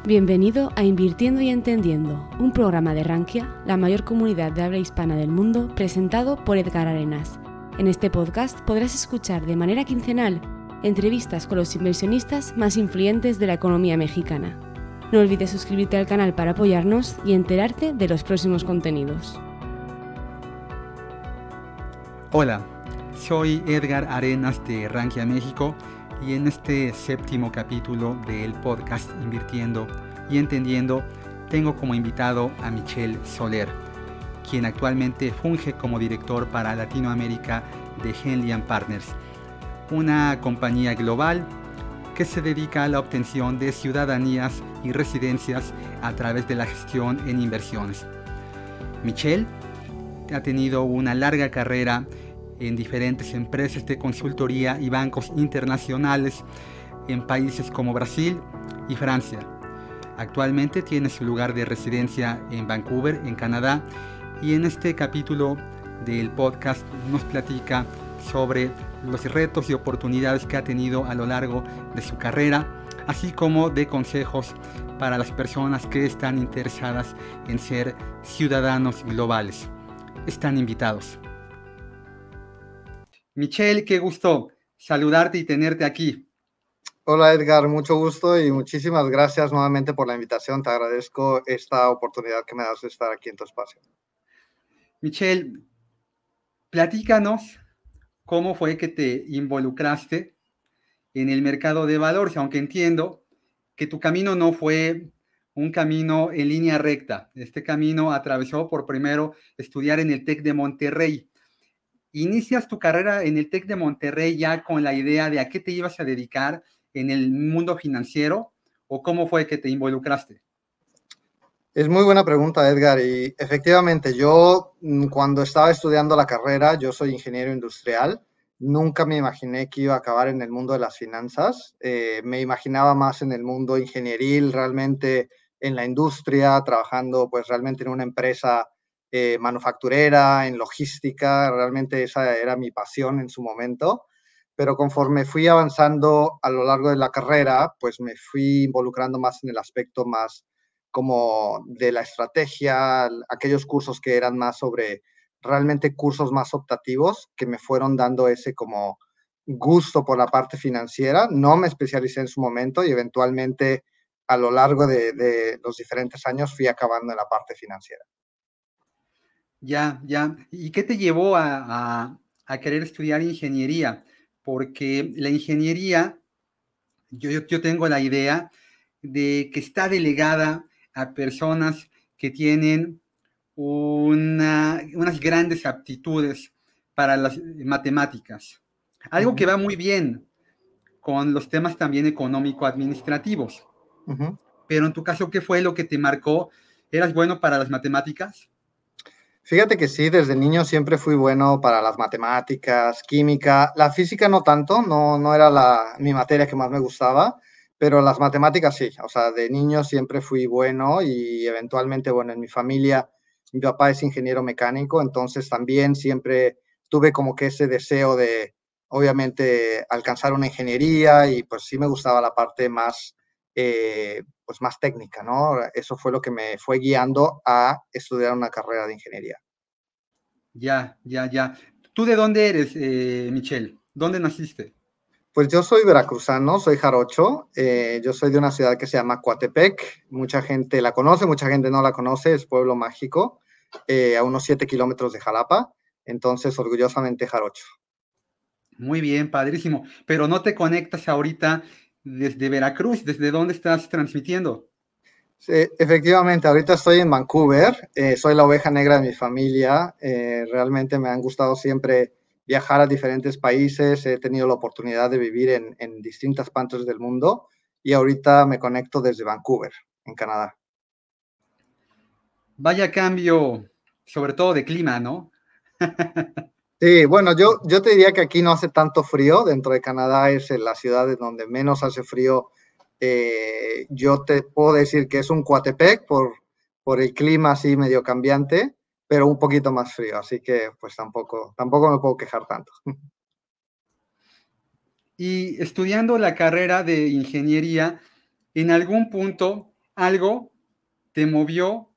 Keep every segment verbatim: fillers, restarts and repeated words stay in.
Bienvenido a Invirtiendo y Entendiendo, un programa de Rankia, la mayor comunidad de habla hispana del mundo, presentado por Edgar Arenas. En este podcast podrás escuchar de manera quincenal entrevistas con los inversionistas más influyentes de la economía mexicana. No olvides suscribirte al canal para apoyarnos y enterarte de los próximos contenidos. Hola, soy Edgar Arenas de Rankia México y en este séptimo capítulo del podcast Invirtiendo y Entendiendo tengo como invitado a Michel Soler, quien actualmente funge como director para Latinoamérica de Henley and Partners, una compañía global que se dedica a la obtención de ciudadanías y residencias a través de la gestión en inversiones. Michel ha tenido una larga carrera en diferentes empresas de consultoría y bancos internacionales en países como Brasil y Francia. Actualmente tiene su lugar de residencia en Vancouver, en Canadá, y en este capítulo del podcast nos platica sobre los retos y oportunidades que ha tenido a lo largo de su carrera, así como de consejos para las personas que están interesadas en ser ciudadanos globales. Están invitados. Michel, qué gusto saludarte y tenerte aquí. Hola Edgar, mucho gusto y muchísimas gracias nuevamente por la invitación. Te agradezco esta oportunidad que me das de estar aquí en tu espacio. Michel, platícanos cómo fue que te involucraste en el mercado de valores, aunque entiendo que tu camino no fue un camino en línea recta. Este camino atravesó por primero estudiar en el TEC de Monterrey. ¿Inicias tu carrera en el TEC de Monterrey ya con la idea de a qué te ibas a dedicar en el mundo financiero o cómo fue que te involucraste? Es muy buena pregunta, Edgar, y efectivamente yo cuando estaba estudiando la carrera, yo soy ingeniero industrial, nunca me imaginé que iba a acabar en el mundo de las finanzas, eh, me imaginaba más en el mundo ingenieril, realmente en la industria, trabajando pues realmente en una empresa eh, manufacturera, en logística, realmente esa era mi pasión en su momento. Pero conforme fui avanzando a lo largo de la carrera, pues me fui involucrando más en el aspecto más como de la estrategia, aquellos cursos que eran más sobre realmente cursos más optativos que me fueron dando ese como gusto por la parte financiera. No me especialicé en su momento y eventualmente a lo largo de, de los diferentes años fui acabando en la parte financiera. Ya, ya. ¿Y qué te llevó a, a, a querer estudiar ingeniería? Porque la ingeniería, yo, yo, yo tengo la idea de que está delegada a personas que tienen una, unas grandes aptitudes para las matemáticas. Algo que va muy bien con los temas también económico-administrativos. Uh-huh. Pero en tu caso, ¿qué fue lo que te marcó? ¿Eras bueno para las matemáticas? Fíjate que sí, desde niño siempre fui bueno para las matemáticas, química, la física no tanto, no, no era la, mi materia que más me gustaba, pero las matemáticas sí, o sea, de niño siempre fui bueno y eventualmente, bueno, en mi familia, mi papá es ingeniero mecánico, entonces también siempre tuve como que ese deseo de, obviamente, alcanzar una ingeniería y pues sí me gustaba la parte más eh, pues más técnica, ¿no? Eso fue lo que me fue guiando a estudiar una carrera de ingeniería. Ya, ya, ya. ¿Tú de dónde eres, eh, Michel? ¿Dónde naciste? Pues yo soy veracruzano, soy jarocho, eh, yo soy de una ciudad que se llama Coatepec, mucha gente la conoce, mucha gente no la conoce, es pueblo mágico, eh, a unos siete kilómetros de Jalapa, entonces orgullosamente jarocho. Muy bien, padrísimo. Pero no te conectas ahorita desde Veracruz, ¿desde dónde estás transmitiendo? Sí, efectivamente, ahorita estoy en Vancouver, eh, soy la oveja negra de mi familia, eh, realmente me han gustado siempre viajar a diferentes países, he tenido la oportunidad de vivir en, en distintas partes del mundo y ahorita me conecto desde Vancouver, en Canadá. Vaya cambio, sobre todo de clima, ¿no? Sí, bueno, yo, yo te diría que aquí no hace tanto frío, dentro de Canadá es en la ciudad en donde menos hace frío. Eh, yo te puedo decir que es un Coatepec por, por el clima así medio cambiante, pero un poquito más frío, así que pues tampoco, tampoco me puedo quejar tanto. Y estudiando la carrera de ingeniería, en algún punto algo te movió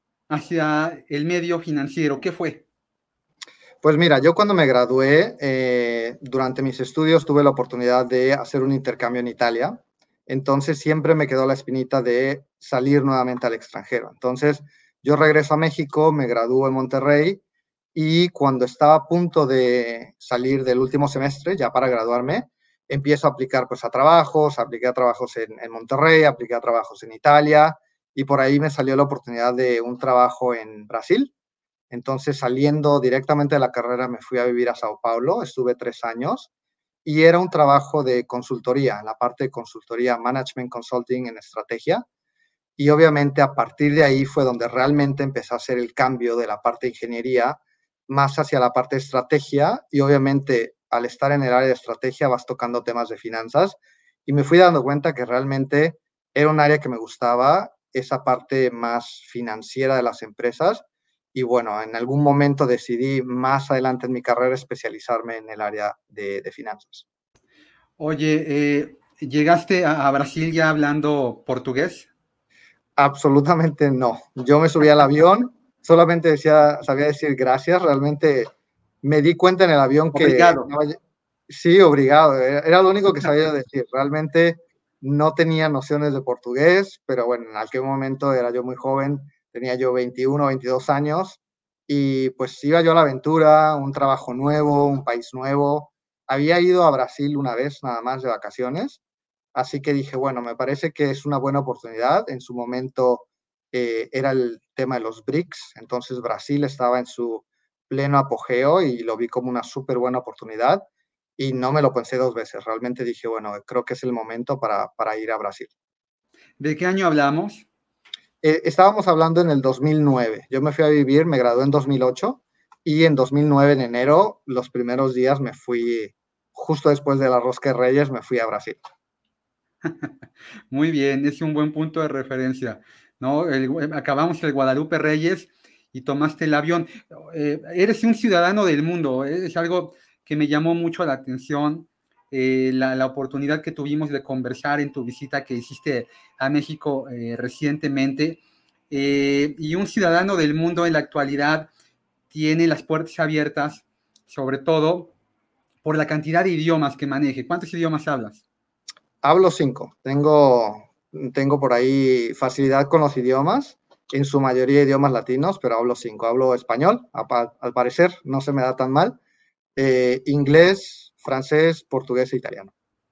hacia el medio financiero. ¿Qué fue? Pues mira, yo cuando me gradué, eh, durante mis estudios tuve la oportunidad de hacer un intercambio en Italia. Entonces siempre me quedó la espinita de salir nuevamente al extranjero. Entonces yo regreso a México, me gradúo en Monterrey y cuando estaba a punto de salir del último semestre, ya para graduarme, empiezo a aplicar pues a trabajos, apliqué a trabajos en, en Monterrey, apliqué a trabajos en Italia y por ahí me salió la oportunidad de un trabajo en Brasil. Entonces, saliendo directamente de la carrera, me fui a vivir a Sao Paulo, estuve tres años y era un trabajo de consultoría, la parte de consultoría, management consulting en estrategia. Y obviamente a partir de ahí fue donde realmente empecé a hacer el cambio de la parte de ingeniería más hacia la parte de estrategia y obviamente al estar en el área de estrategia vas tocando temas de finanzas y me fui dando cuenta que realmente era un área que me gustaba, esa parte más financiera de las empresas y bueno, en algún momento decidí más adelante en mi carrera especializarme en el área de, de finanzas. Oye, eh, ¿llegaste a, a Brasil ya hablando portugués? Absolutamente no. Yo me subí al avión, solamente decía, sabía decir gracias, realmente me di cuenta en el avión que Obrigado. estaba, sí, obligado, era, era lo único que sabía decir. Realmente no tenía nociones de portugués, pero bueno, en aquel momento era yo muy joven, tenía yo veintiuno, veintidós años y pues iba yo a la aventura, un trabajo nuevo, un país nuevo. Había ido a Brasil una vez nada más de vacaciones. Así que dije, bueno, me parece que es una buena oportunidad. En su momento eh, era el tema de los BRICS, entonces Brasil estaba en su pleno apogeo y lo vi como una súper buena oportunidad y no me lo pensé dos veces. Realmente dije, bueno, creo que es el momento para, para ir a Brasil. ¿De qué año hablamos? Eh, estábamos hablando en el dos mil nueve. Yo me fui a vivir, me gradué en dos mil ocho y en dos mil nueve, en enero, los primeros días me fui, justo después de la Rosca de Reyes, me fui a Brasil. Muy bien, es un buen punto de referencia, ¿no? El- acabamos el Guadalupe Reyes y tomaste el avión. Eh, eres un ciudadano del mundo, ¿eh? Es algo que me llamó mucho la atención, eh, la, la, oportunidad que tuvimos de conversar en tu visita que hiciste a México eh, recientemente. Eh, y un ciudadano del mundo en la actualidad tiene las puertas abiertas, sobre todo por la cantidad de idiomas que maneje. ¿Cuántos idiomas hablas? Hablo cinco. Tengo, tengo por ahí facilidad con los idiomas, en su mayoría idiomas latinos, pero hablo cinco. Hablo español, al parecer, no se me da tan mal. Eh, inglés, francés, portugués e italiano.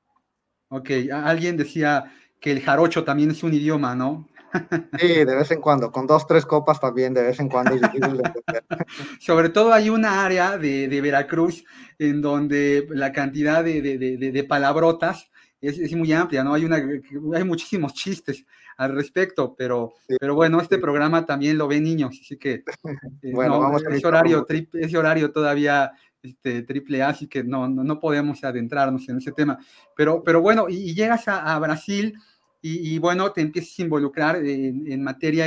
Ok, alguien decía que el jarocho también es un idioma, ¿no? Sí, de vez en cuando, con dos, tres copas también, de vez en cuando es difícil de entender. Sobre todo hay una área de, de Veracruz en donde la cantidad de, de, de, de palabrotas es, es, muy amplia, ¿no? Hay, una, hay muchísimos chistes al respecto, pero, Sí, pero bueno, este sí. programa también lo ven niños, así que eh, Bueno, no, vamos a es evitarlo un horario, poquito. tri, es horario todavía este, triple A, así que no, no, no podemos adentrarnos en ese tema. Pero, pero bueno, y, y llegas a, a Brasil y, y, bueno, te empiezas a involucrar en, en materia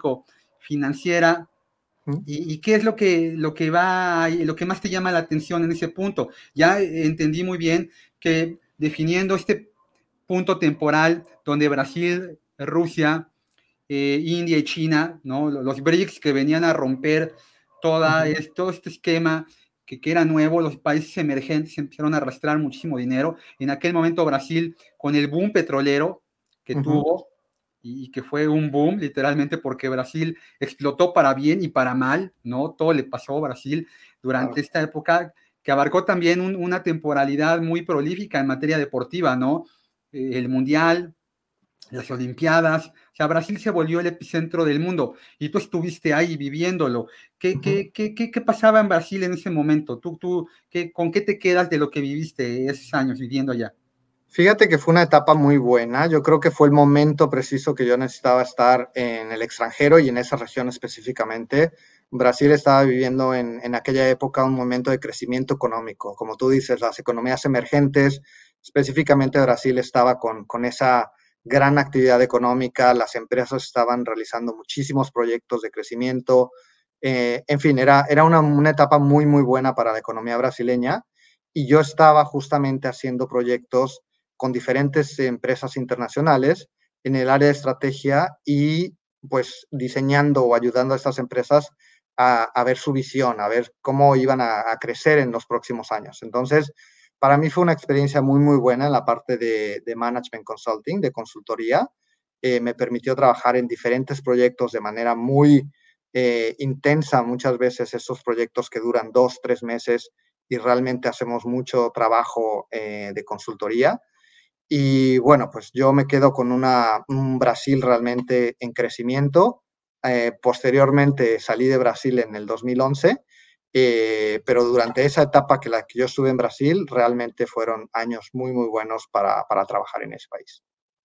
económico-financiera. ¿Y, ¿Y qué es lo que, lo que va, lo que más te llama la atención en ese punto? Ya entendí muy bien que definiendo este punto temporal donde Brasil, Rusia, eh, India y China, ¿no? Los BRICS que venían a romper toda es, todo este esquema que, que era nuevo, los países emergentes empezaron a arrastrar muchísimo dinero. En aquel momento Brasil, con el boom petrolero que Uh -huh. tuvo, y que fue un boom, literalmente, porque Brasil explotó para bien y para mal, ¿no? Todo le pasó a Brasil durante Claro. esta época, que abarcó también un, una temporalidad muy prolífica en materia deportiva, ¿no? Eh, el Mundial, las Olimpiadas, o sea, Brasil se volvió el epicentro del mundo y tú estuviste ahí viviéndolo. ¿Qué, uh -huh. qué, qué, qué, qué pasaba en Brasil en ese momento? ¿Tú, tú, qué, ¿Con qué te quedas de lo que viviste esos años viviendo allá? Fíjate que fue una etapa muy buena. Yo creo que fue el momento preciso que yo necesitaba estar en el extranjero y en esa región específicamente. Brasil estaba viviendo en, en aquella época un momento de crecimiento económico. Como tú dices, las economías emergentes, específicamente Brasil estaba con, con esa gran actividad económica, las empresas estaban realizando muchísimos proyectos de crecimiento. Eh, en fin, era, era una, una etapa muy, muy buena para la economía brasileña y yo estaba justamente haciendo proyectos con diferentes empresas internacionales en el área de estrategia y pues diseñando o ayudando a estas empresas a, a ver su visión, a ver cómo iban a, a, crecer en los próximos años. Entonces, para mí fue una experiencia muy, muy buena en la parte de, de management consulting, de consultoría. Eh, me permitió trabajar en diferentes proyectos de manera muy eh, intensa, muchas veces esos proyectos que duran dos, tres meses y realmente hacemos mucho trabajo eh, de consultoría. Y bueno, pues yo me quedo con una, un Brasil realmente en crecimiento. Eh, posteriormente salí de Brasil en el dos mil once, eh, pero durante esa etapa que la que yo estuve en Brasil, realmente fueron años muy, muy buenos para, para trabajar en ese país.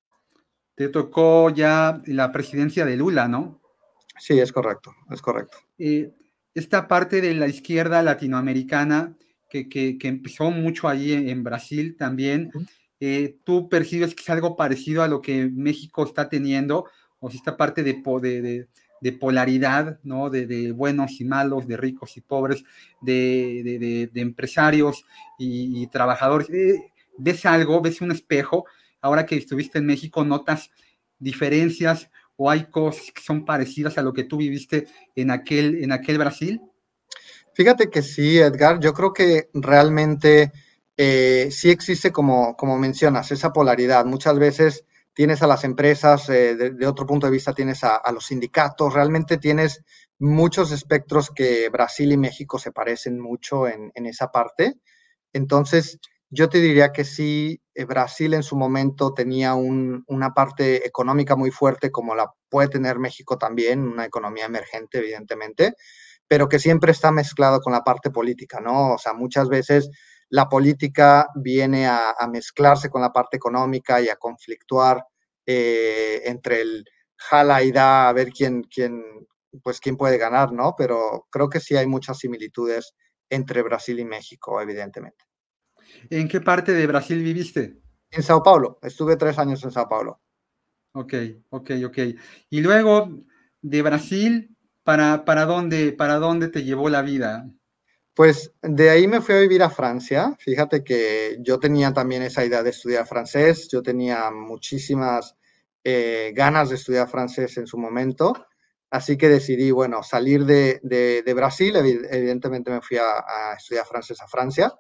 Te tocó ya la presidencia de Lula, ¿no? Sí, es correcto, es correcto. Eh, esta parte de la izquierda latinoamericana que, que, que empezó mucho allí en, en Brasil también, eh, ¿tú percibes que es algo parecido a lo que México está teniendo? O si esta parte de, de, de, de polaridad, ¿no? De, de, buenos y malos, de ricos y pobres, de, de, de, de empresarios y, y trabajadores. Eh, ¿Ves algo? ¿Ves un espejo? Ahora que estuviste en México, ¿notas diferencias o hay cosas que son parecidas a lo que tú viviste en aquel, en aquel Brasil? Fíjate que sí, Edgar, yo creo que realmente eh, sí existe, como, como mencionas, esa polaridad. Muchas veces tienes a las empresas, eh, de, de, otro punto de vista tienes a, a los sindicatos, realmente tienes muchos espectros que Brasil y México se parecen mucho en, en esa parte. Entonces, yo te diría que sí, eh, Brasil en su momento tenía un, una parte económica muy fuerte, como la puede tener México también, una economía emergente, evidentemente, pero que siempre está mezclado con la parte política, ¿no? O sea, muchas veces la política viene a, a mezclarse con la parte económica y a conflictuar eh, entre el jala y da, a ver quién, quién, pues quién puede ganar, ¿no? Pero creo que sí hay muchas similitudes entre Brasil y México, evidentemente. ¿En qué parte de Brasil viviste? En Sao Paulo, estuve tres años en Sao Paulo. Ok, ok, ok. Y luego de Brasil, ¿para, para, dónde, para dónde te llevó la vida? Pues de ahí me fui a vivir a Francia. Fíjate que yo tenía también esa idea de estudiar francés. Yo tenía muchísimas eh, ganas de estudiar francés en su momento. Así que decidí, bueno, salir de, de, de Brasil. Evidentemente me fui a, a, estudiar francés a Francia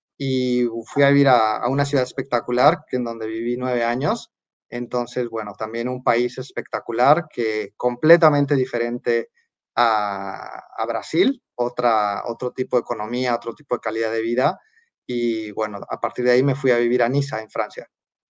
y fui a vivir a, a una ciudad espectacular, que en donde viví nueve años. Entonces, bueno, también un país espectacular que completamente diferente a, a Brasil, otra, otro tipo de economía, otro tipo de calidad de vida. Y bueno, a partir de ahí me fui a vivir a Niza, en Francia.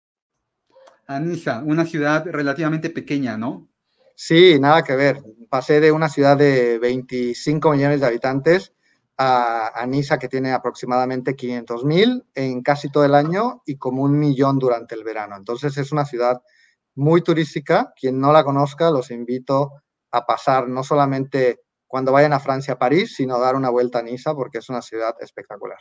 A Niza, una ciudad relativamente pequeña, ¿no? Sí, nada que ver. Pasé de una ciudad de veinticinco millones de habitantes a, a Niza, que tiene aproximadamente quinientos mil en casi todo el año y como un millón durante el verano. Entonces es una ciudad muy turística. Quien no la conozca, los invito a pasar no solamente cuando vayan a Francia, a París, sino dar una vuelta a Niza porque es una ciudad espectacular.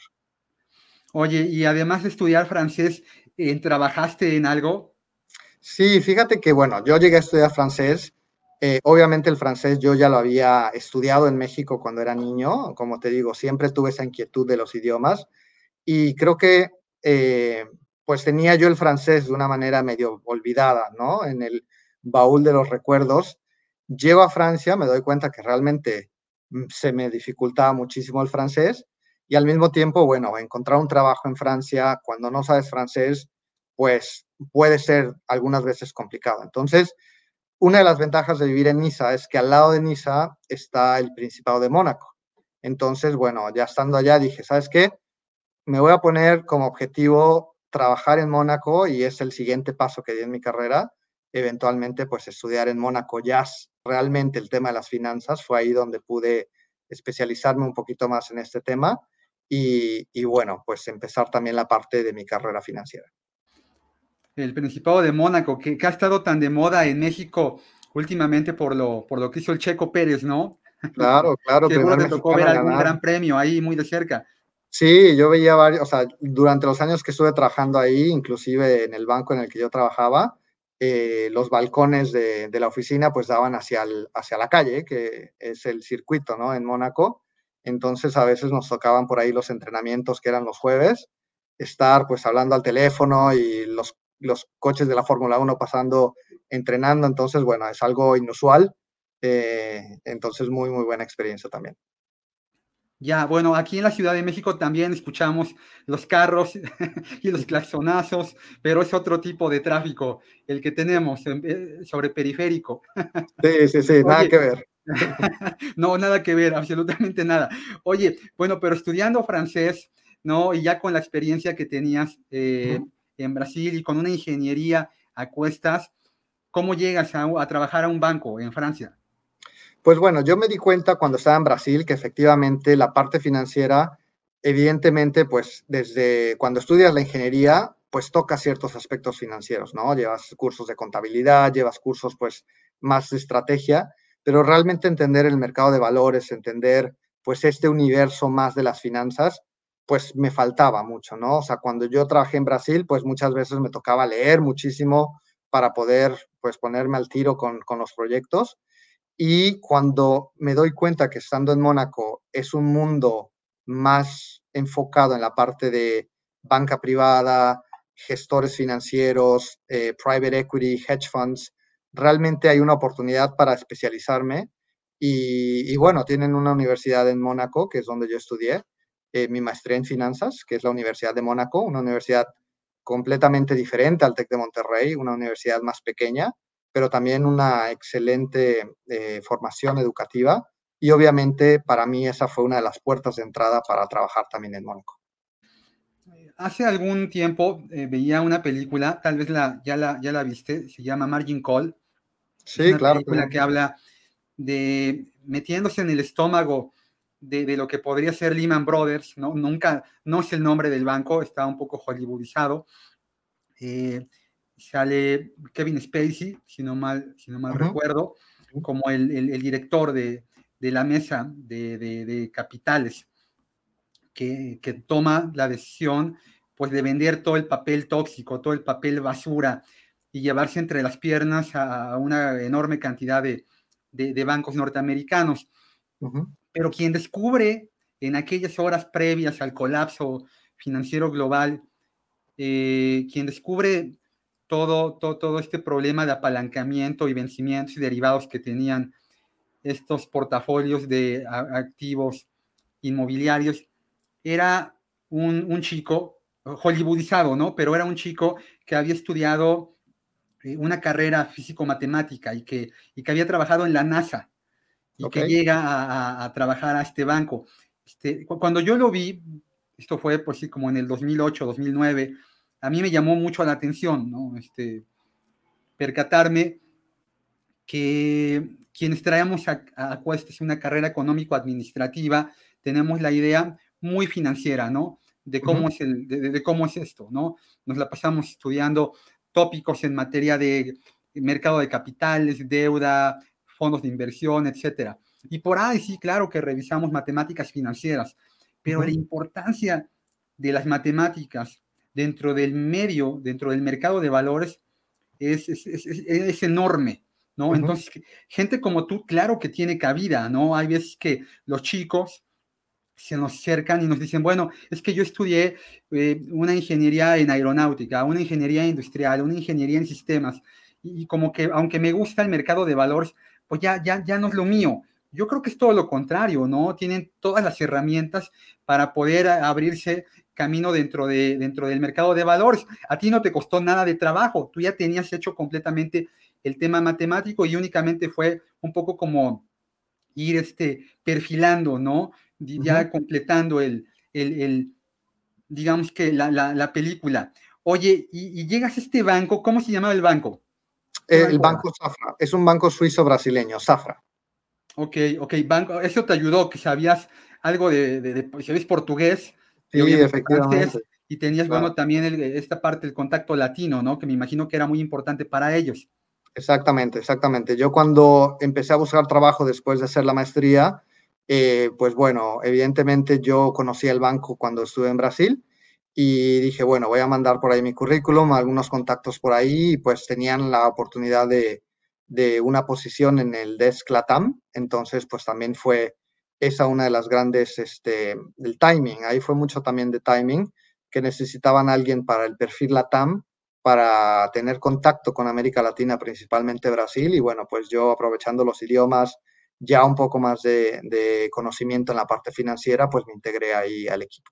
Oye, y además de estudiar francés, ¿eh, ¿trabajaste en algo? Sí, fíjate que, bueno, yo llegué a estudiar francés. Eh, obviamente el francés yo ya lo había estudiado en México cuando era niño. Como te digo, siempre tuve esa inquietud de los idiomas y creo que eh, pues tenía yo el francés de una manera medio olvidada, ¿no? En el baúl de los recuerdos. Llego a Francia, me doy cuenta que realmente mm, se me dificultaba muchísimo el francés y al mismo tiempo, bueno, encontrar un trabajo en Francia cuando no sabes francés, pues puede ser algunas veces complicado. Entonces, una de las ventajas de vivir en Niza es que al lado de Niza está el Principado de Mónaco. Entonces, bueno, ya estando allá dije, ¿sabes qué? Me voy a poner como objetivo trabajar en Mónaco y es el siguiente paso que di en mi carrera. Eventualmente, pues estudiar en Mónaco jazz. Realmente el tema de las finanzas fue ahí donde pude especializarme un poquito más en este tema y, y bueno, pues empezar también la parte de mi carrera financiera. El Principado de Mónaco, que, que, ha estado tan de moda en México últimamente por lo, por lo que hizo el Checo Pérez, ¿no? Claro, claro, Seguro primer te tocó ver mexicano en algún ganar. gran premio ahí muy de cerca. Sí, yo veía varios, o sea, durante los años que estuve trabajando ahí, inclusive en el banco en el que yo trabajaba, eh, los balcones de, de, la oficina pues daban hacia, el, hacia la calle, que es el circuito, ¿no? En Mónaco. Entonces a veces nos tocaban por ahí los entrenamientos que eran los jueves, estar pues hablando al teléfono y los, los coches de la Fórmula uno pasando entrenando, entonces, bueno, es algo inusual, eh, entonces muy, muy buena experiencia también. Ya, bueno, aquí en la Ciudad de México también escuchamos los carros y los claxonazos, pero es otro tipo de tráfico el que tenemos eh, sobre periférico. Sí, sí, sí, nada Oye, que ver. no, nada que ver, absolutamente nada. Oye, bueno, pero estudiando francés, ¿no? Y ya con la experiencia que tenías eh, Ujú. en Brasil y con una ingeniería a cuestas, ¿cómo llegas a, a trabajar a un banco en Francia? Pues bueno, yo me di cuenta cuando estaba en Brasil que efectivamente la parte financiera, evidentemente, pues desde cuando estudias la ingeniería, pues toca ciertos aspectos financieros, ¿no? Llevas cursos de contabilidad, llevas cursos pues más de estrategia, pero realmente entender el mercado de valores, entender pues este universo más de las finanzas, pues me faltaba mucho, ¿no? O sea, cuando yo trabajé en Brasil, pues muchas veces me tocaba leer muchísimo para poder pues ponerme al tiro con, con los proyectos. Y cuando me doy cuenta que estando en Mónaco es un mundo más enfocado en la parte de banca privada, gestores financieros, eh, private equity, hedge funds, realmente hay una oportunidad para especializarme. Y, y bueno, tienen una universidad en Mónaco, que es donde yo estudié, eh, mi maestría en finanzas, que es la Universidad de Mónaco, una universidad completamente diferente al TEC de Monterrey, una universidad más pequeña, pero también una excelente eh, formación educativa. Y obviamente para mí esa fue una de las puertas de entrada para trabajar también en Mónaco. Hace algún tiempo eh, veía una película, tal vez la, ya, la, ya la viste, se llama Margin Call. Es Sí, una claro, película claro. que habla de metiéndose en el estómago de, de lo que podría ser Lehman Brothers, ¿no? Nunca, no es el nombre del banco, está un poco hollywoodizado. Eh, sale Kevin Spacey, si no mal, si no mal Uh-huh. recuerdo, como el, el, el director de, de, la mesa de, de, de capitales, que, que, toma la decisión pues, de vender todo el papel tóxico, todo el papel basura, y llevarse entre las piernas a una enorme cantidad de, de, de bancos norteamericanos. Uh-huh. Pero quien descubre en aquellas horas previas al colapso financiero global, eh, quien descubre todo, todo, todo este problema de apalancamiento y vencimientos y derivados que tenían estos portafolios de a, activos inmobiliarios, era un, un, chico hollywoodizado, ¿no? Pero era un chico que había estudiado eh, una carrera físico-matemática y que, y que había trabajado en la NASA y que Okay. llega a, a, a trabajar a este banco. Este, cuando yo lo vi, esto fue pues sí, como en el dos mil ocho, dos mil nueve, a mí me llamó mucho la atención, ¿no? Este, percatarme que quienes traemos a, a cuestas una carrera económico-administrativa tenemos la idea muy financiera, ¿no? De cómo, Uh-huh. es el, de, de cómo es esto, ¿no? Nos la pasamos estudiando tópicos en materia de mercado de capitales, deuda, fondos de inversión, etcétera. Y por ahí sí, claro que revisamos matemáticas financieras, pero Uh-huh. la importancia de las matemáticas dentro del medio, dentro del mercado de valores, es, es, es, es enorme, ¿no? Uh-huh. Entonces, gente como tú, claro que tiene cabida, ¿no? Hay veces que los chicos se nos acercan y nos dicen, bueno, es que yo estudié eh, una ingeniería en aeronáutica, una ingeniería industrial, una ingeniería en sistemas, y, y como que aunque me gusta el mercado de valores, pues ya, ya, ya no es lo mío. Yo creo que es todo lo contrario, ¿no? Tienen todas las herramientas para poder abrirse camino dentro, de, dentro del mercado de valores. A ti no te costó nada de trabajo, tú ya tenías hecho completamente el tema matemático y únicamente fue un poco como ir este, perfilando, ¿no? Uh-huh. Ya completando el, el, el digamos que la, la, la, película. Oye, y, y llegas a este banco, ¿cómo se llamaba el banco? ¿Qué El banco era? banco Safra, es un banco suizo brasileño, Safra. Ok, ok, banco, eso te ayudó, que sabías algo de, de, de sabías portugués y Sí, obviamente francés, efectivamente. y tenías, Claro. bueno, también el, esta parte del contacto latino, ¿no? Que me imagino que era muy importante para ellos. Exactamente, exactamente. Yo cuando empecé a buscar trabajo después de hacer la maestría, eh, pues bueno, evidentemente yo conocí el banco cuando estuve en Brasil y dije, bueno, voy a mandar por ahí mi currículum, algunos contactos por ahí, y pues tenían la oportunidad de, de una posición en el Desk Latam, entonces pues también fue esa una de las grandes, este, del timing, ahí fue mucho también de timing, que necesitaban a alguien para el perfil Latam para tener contacto con América Latina, principalmente Brasil, y bueno, pues yo aprovechando los idiomas, ya un poco más de, de conocimiento en la parte financiera, pues me integré ahí al equipo.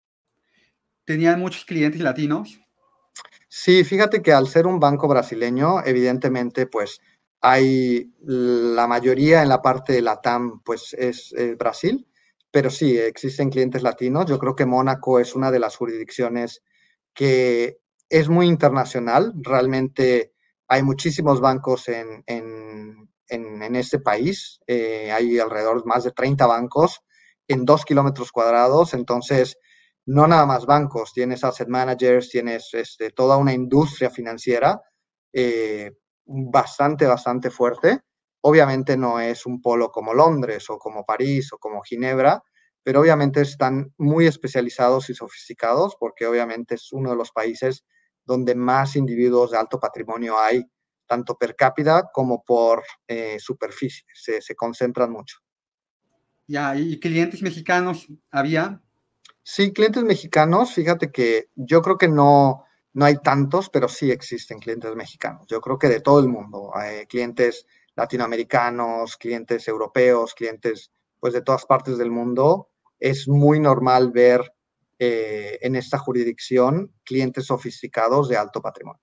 ¿Tenían muchos clientes latinos? Sí, fíjate que al ser un banco brasileño, evidentemente, pues hay la mayoría en la parte de LATAM, pues es, es Brasil, pero sí, existen clientes latinos. Yo creo que Mónaco es una de las jurisdicciones que es muy internacional. Realmente hay muchísimos bancos en, en, en, en este país. Eh, hay alrededor de más de treinta bancos en dos kilómetros cuadrados. Entonces, no nada más bancos, tienes asset managers, tienes este, toda una industria financiera eh, bastante, bastante fuerte. Obviamente no es un polo como Londres o como París o como Ginebra, pero obviamente están muy especializados y sofisticados porque obviamente es uno de los países donde más individuos de alto patrimonio hay, tanto per cápita como por eh, superficie, se, se concentran mucho. Ya, ¿y clientes mexicanos había? Sí, clientes mexicanos, fíjate que yo creo que no, no hay tantos, pero sí existen clientes mexicanos. Yo creo que de todo el mundo, hay clientes latinoamericanos, clientes europeos, clientes pues de todas partes del mundo. Es muy normal ver eh, en esta jurisdicción clientes sofisticados de alto patrimonio.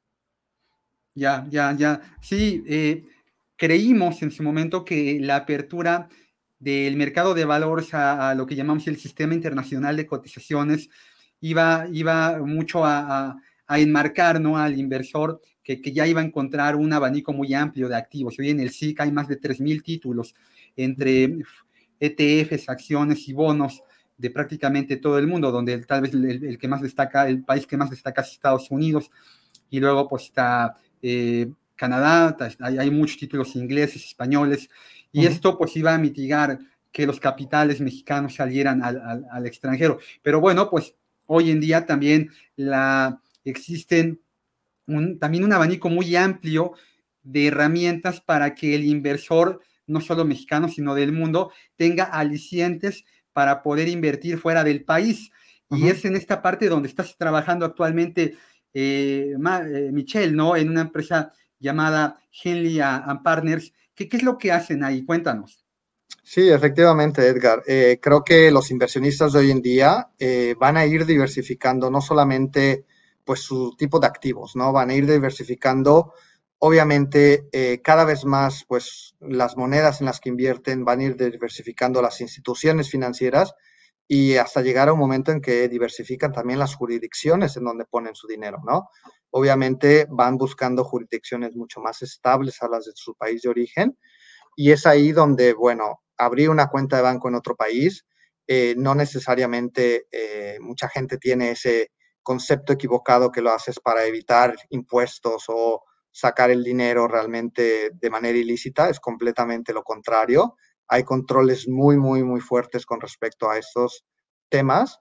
Ya, ya, ya. Sí, eh, creímos en su momento que la apertura del mercado de valores a, a lo que llamamos el sistema internacional de cotizaciones iba, iba mucho a, a, a enmarcar, ¿no?, al inversor que, que, ya iba a encontrar un abanico muy amplio de activos. Hoy en el S I C hay más de tres mil títulos entre E T Fs, acciones y bonos de prácticamente todo el mundo, donde tal vez el, el que más destaca, el país que más destaca es Estados Unidos, y luego pues está eh, Canadá, hay, hay muchos títulos ingleses, españoles, y uh-huh. esto pues iba a mitigar que los capitales mexicanos salieran al, al, al extranjero. Pero bueno, pues hoy en día también la, existen un, también un abanico muy amplio de herramientas para que el inversor, no solo mexicano, sino del mundo, tenga alicientes para poder invertir fuera del país. Uh-huh. Y es en esta parte donde estás trabajando actualmente, eh, eh, Michelle, ¿no?, en una empresa llamada Henley and Partners. ¿Qué, qué es lo que hacen ahí? Cuéntanos. Sí, efectivamente, Edgar. Eh, creo que los inversionistas de hoy en día eh, van a ir diversificando no solamente pues su tipo de activos, ¿no? Van a ir diversificando, obviamente, eh, cada vez más, pues las monedas en las que invierten, van a ir diversificando las instituciones financieras y hasta llegar a un momento en que diversifican también las jurisdicciones en donde ponen su dinero, ¿no? Obviamente van buscando jurisdicciones mucho más estables a las de su país de origen. Y es ahí donde, bueno, abrir una cuenta de banco en otro país, eh, no necesariamente eh, mucha gente tiene ese concepto equivocado que lo haces para evitar impuestos o sacar el dinero realmente de manera ilícita. Es completamente lo contrario. Hay controles muy, muy, muy fuertes con respecto a estos temas.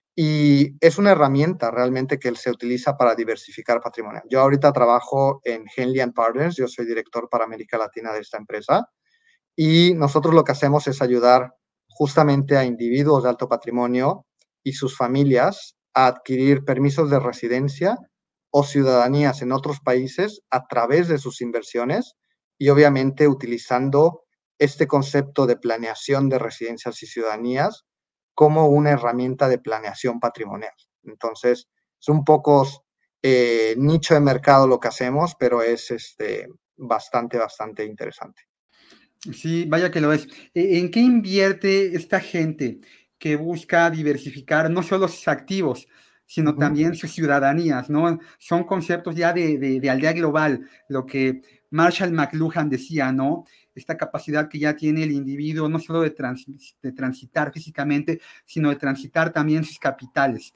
Y es una herramienta realmente que se utiliza para diversificar patrimonio. Yo ahorita trabajo en Henley and Partners, yo soy director para América Latina de esta empresa. Y nosotros lo que hacemos es ayudar justamente a individuos de alto patrimonio y sus familias a adquirir permisos de residencia o ciudadanías en otros países a través de sus inversiones y obviamente utilizando este concepto de planeación de residencias y ciudadanías como una herramienta de planeación patrimonial. Entonces, es un poco eh, nicho de mercado lo que hacemos, pero es este, bastante, bastante interesante. Sí, vaya que lo es. ¿En qué invierte esta gente que busca diversificar no solo sus activos, sino uh-huh. también sus ciudadanías, ¿no? Son conceptos ya de, de, de aldea global, lo que Marshall McLuhan decía, ¿no? Esta capacidad que ya tiene el individuo no solo de, trans, de transitar físicamente, sino de transitar también sus capitales.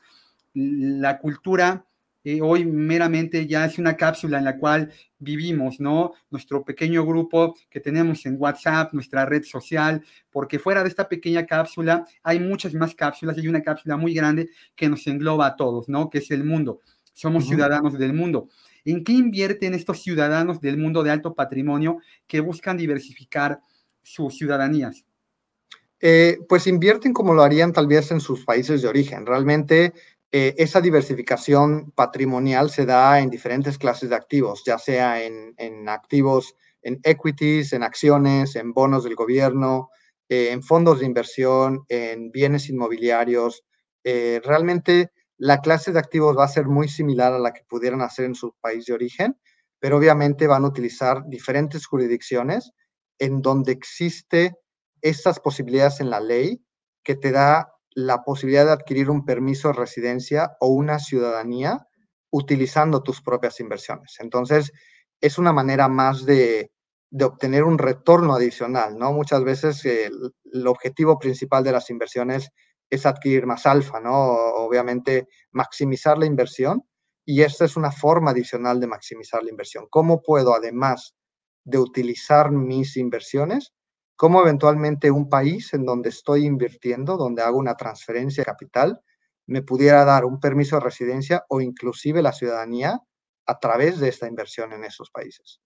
La cultura eh, hoy meramente ya es una cápsula en la cual vivimos, ¿no? Nuestro pequeño grupo que tenemos en WhatsApp, nuestra red social, porque fuera de esta pequeña cápsula hay muchas más cápsulas, hay una cápsula muy grande que nos engloba a todos, ¿no? Que es el mundo. Somos uh-huh. ciudadanos del mundo. ¿En qué invierten estos ciudadanos del mundo de alto patrimonio que buscan diversificar sus ciudadanías? Eh, pues invierten como lo harían tal vez en sus países de origen. Realmente Eh, esa diversificación patrimonial se da en diferentes clases de activos, ya sea en, en activos, en equities, en acciones, en bonos del gobierno, eh, en fondos de inversión, en bienes inmobiliarios. Eh, realmente la clase de activos va a ser muy similar a la que pudieran hacer en su país de origen, pero obviamente van a utilizar diferentes jurisdicciones en donde existe estas posibilidades en la ley que te da la posibilidad de adquirir un permiso de residencia o una ciudadanía utilizando tus propias inversiones. Entonces, es una manera más de, de obtener un retorno adicional, ¿no? Muchas veces eh, el, el objetivo principal de las inversiones es adquirir más alfa, ¿no? Obviamente, maximizar la inversión, y esta es una forma adicional de maximizar la inversión. ¿Cómo puedo, además de utilizar mis inversiones, cómo eventualmente un país en donde estoy invirtiendo, donde hago una transferencia de capital, me pudiera dar un permiso de residencia o inclusive la ciudadanía a través de esta inversión en esos países?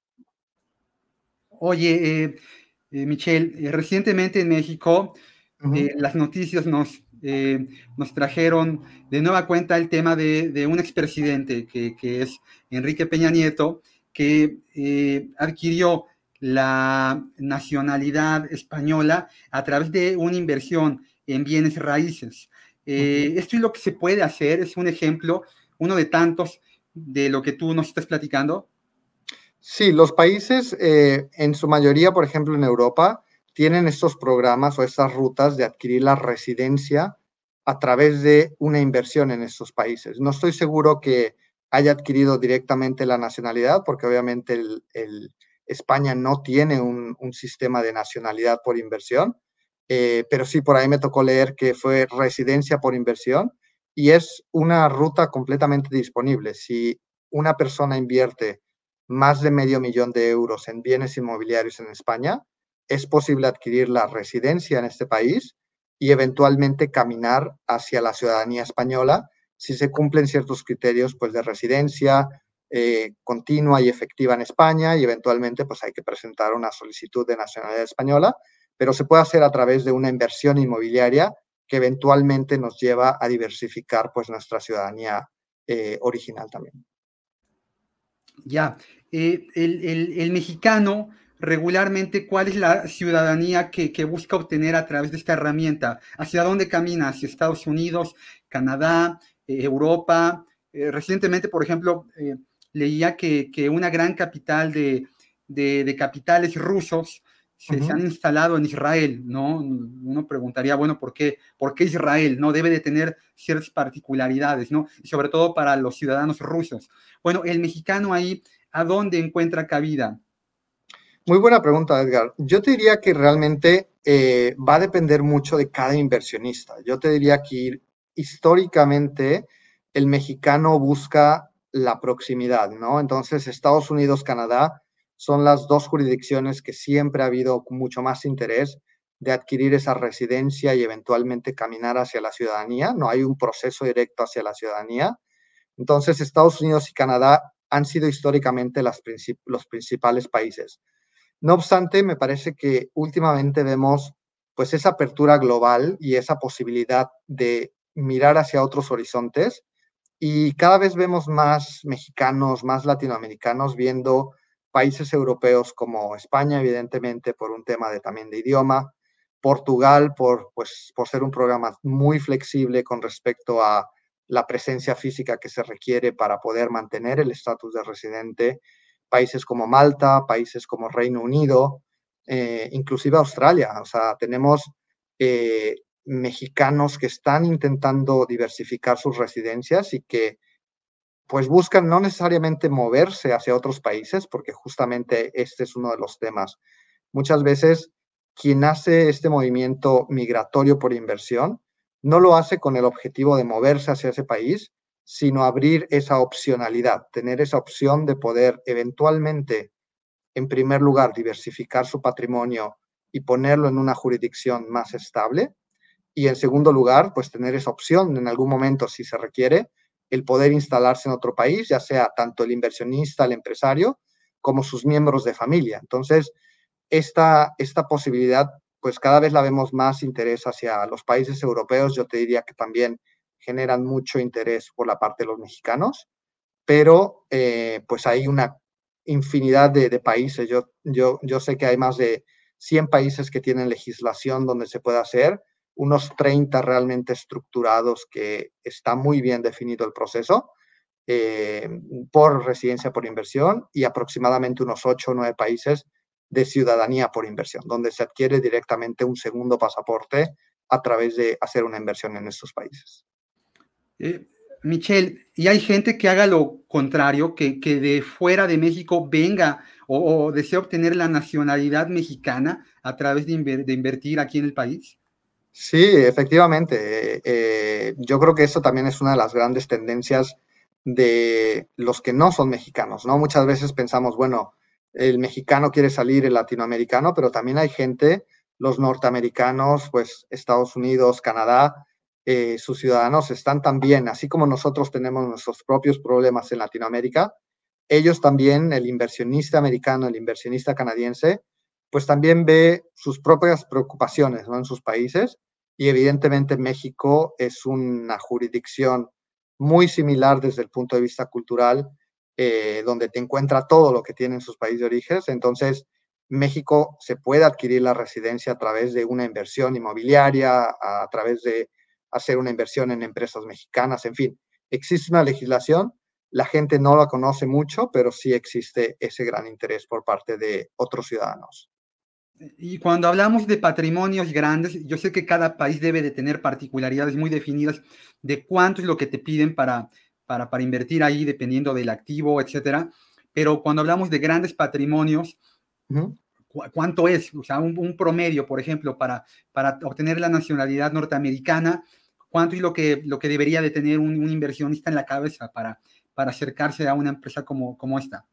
Oye, eh, eh, Michelle, eh, recientemente en México Ujú, eh, las noticias nos, eh, nos trajeron de nueva cuenta el tema de, de un expresidente que, que es Enrique Peña Nieto, que eh, adquirió la nacionalidad española a través de una inversión en bienes raíces. ujú. Eh, esto es lo que se puede hacer, es un ejemplo, uno de tantos de lo que tú nos estás platicando. Sí, los países, eh, en su mayoría, por ejemplo, en Europa, tienen estos programas o estas rutas de adquirir la residencia a través de una inversión en estos países. No estoy seguro que haya adquirido directamente la nacionalidad, porque obviamente el, el España no tiene un, un, sistema de nacionalidad por inversión, eh, pero sí por ahí me tocó leer que fue residencia por inversión y es una ruta completamente disponible. Si una persona invierte más de medio millón de euros en bienes inmobiliarios en España, es posible adquirir la residencia en este país y eventualmente caminar hacia la ciudadanía española si se cumplen ciertos criterios pues, de residencia eh, continua y efectiva en España, y eventualmente pues, hay que presentar una solicitud de nacionalidad española, pero se puede hacer a través de una inversión inmobiliaria que eventualmente nos lleva a diversificar pues, nuestra ciudadanía eh, original también. Ya, eh, el, el, el, mexicano regularmente, ¿cuál es la ciudadanía que, que, busca obtener a través de esta herramienta? ¿Hacia dónde camina? ¿Hacia Estados Unidos, Canadá, eh, Europa? Eh, recientemente, por ejemplo, eh, leía que, que, una gran capital de, de, de capitales rusos se, se, han instalado en Israel, ¿no? Uno preguntaría, bueno, ¿por qué, ¿por qué Israel? ¿No? Debe de tener ciertas particularidades, ¿no? Y sobre todo para los ciudadanos rusos. Bueno, el mexicano ahí, ¿a dónde encuentra cabida? Muy buena pregunta, Edgar. Yo te diría que realmente eh, va a depender mucho de cada inversionista. Yo te diría que históricamente el mexicano busca la proximidad, ¿no? Entonces, Estados Unidos, Canadá son las dos jurisdicciones que siempre ha habido mucho más interés de adquirir esa residencia y eventualmente caminar hacia la ciudadanía. No hay un proceso directo hacia la ciudadanía. Entonces, Estados Unidos y Canadá han sido históricamente las princip los principales países. No obstante, me parece que últimamente vemos pues esa apertura global y esa posibilidad de mirar hacia otros horizontes, y cada vez vemos más mexicanos, más latinoamericanos viendo países europeos como España, evidentemente por un tema de, también de idioma, Portugal por, pues, por ser un programa muy flexible con respecto a la presencia física que se requiere para poder mantener el estatus de residente, países como Malta, países como Reino Unido, eh, inclusive Australia. O sea, tenemos eh, mexicanos que están intentando diversificar sus residencias y que pues buscan no necesariamente moverse hacia otros países, porque justamente este es uno de los temas. Muchas veces quien hace este movimiento migratorio por inversión no lo hace con el objetivo de moverse hacia ese país, sino abrir esa opcionalidad, tener esa opción de poder eventualmente, en primer lugar, diversificar su patrimonio y ponerlo en una jurisdicción más estable, y en segundo lugar, pues tener esa opción en algún momento, si se requiere, el poder instalarse en otro país, ya sea tanto el inversionista, el empresario, como sus miembros de familia. Entonces, esta, esta posibilidad, pues cada vez la vemos más interés hacia los países europeos. Yo te diría que también generan mucho interés por la parte de los mexicanos, pero eh, pues hay una infinidad de, de países. Yo, yo, yo sé que hay más de cien países que tienen legislación donde se puede hacer, unos treinta realmente estructurados que está muy bien definido el proceso eh, por residencia por inversión y aproximadamente unos ocho o nueve países de ciudadanía por inversión, donde se adquiere directamente un segundo pasaporte a través de hacer una inversión en estos países. Eh, Michelle, y hay gente que haga lo contrario, que, que de fuera de México venga o, o desea obtener la nacionalidad mexicana a través de, inver, de invertir aquí en el país. Sí, efectivamente. Eh, yo creo que eso también es una de las grandes tendencias de los que no son mexicanos, ¿no? Muchas veces pensamos, bueno, el mexicano quiere salir, el latinoamericano, pero también hay gente, los norteamericanos, pues Estados Unidos, Canadá, eh, sus ciudadanos están también, así como nosotros tenemos nuestros propios problemas en Latinoamérica, ellos también, el inversionista americano, el inversionista canadiense, pues también ve sus propias preocupaciones, ¿no? En sus países, y evidentemente México es una jurisdicción muy similar desde el punto de vista cultural, eh, donde te encuentra todo lo que tiene en sus países de origen. Entonces, México se puede adquirir la residencia a través de una inversión inmobiliaria, a, a través de hacer una inversión en empresas mexicanas, en fin, existe una legislación, la gente no la conoce mucho, pero sí existe ese gran interés por parte de otros ciudadanos. Y cuando hablamos de patrimonios grandes, yo sé que cada país debe de tener particularidades muy definidas de cuánto es lo que te piden para, para, para invertir ahí, dependiendo del activo, etcétera. Pero cuando hablamos de grandes patrimonios, uh-huh. ¿cu ¿cuánto es? O sea, un, un promedio, por ejemplo, para, para obtener la nacionalidad norteamericana, ¿cuánto es lo que, lo que debería de tener un, un inversionista en la cabeza para, para acercarse a una empresa como, como esta?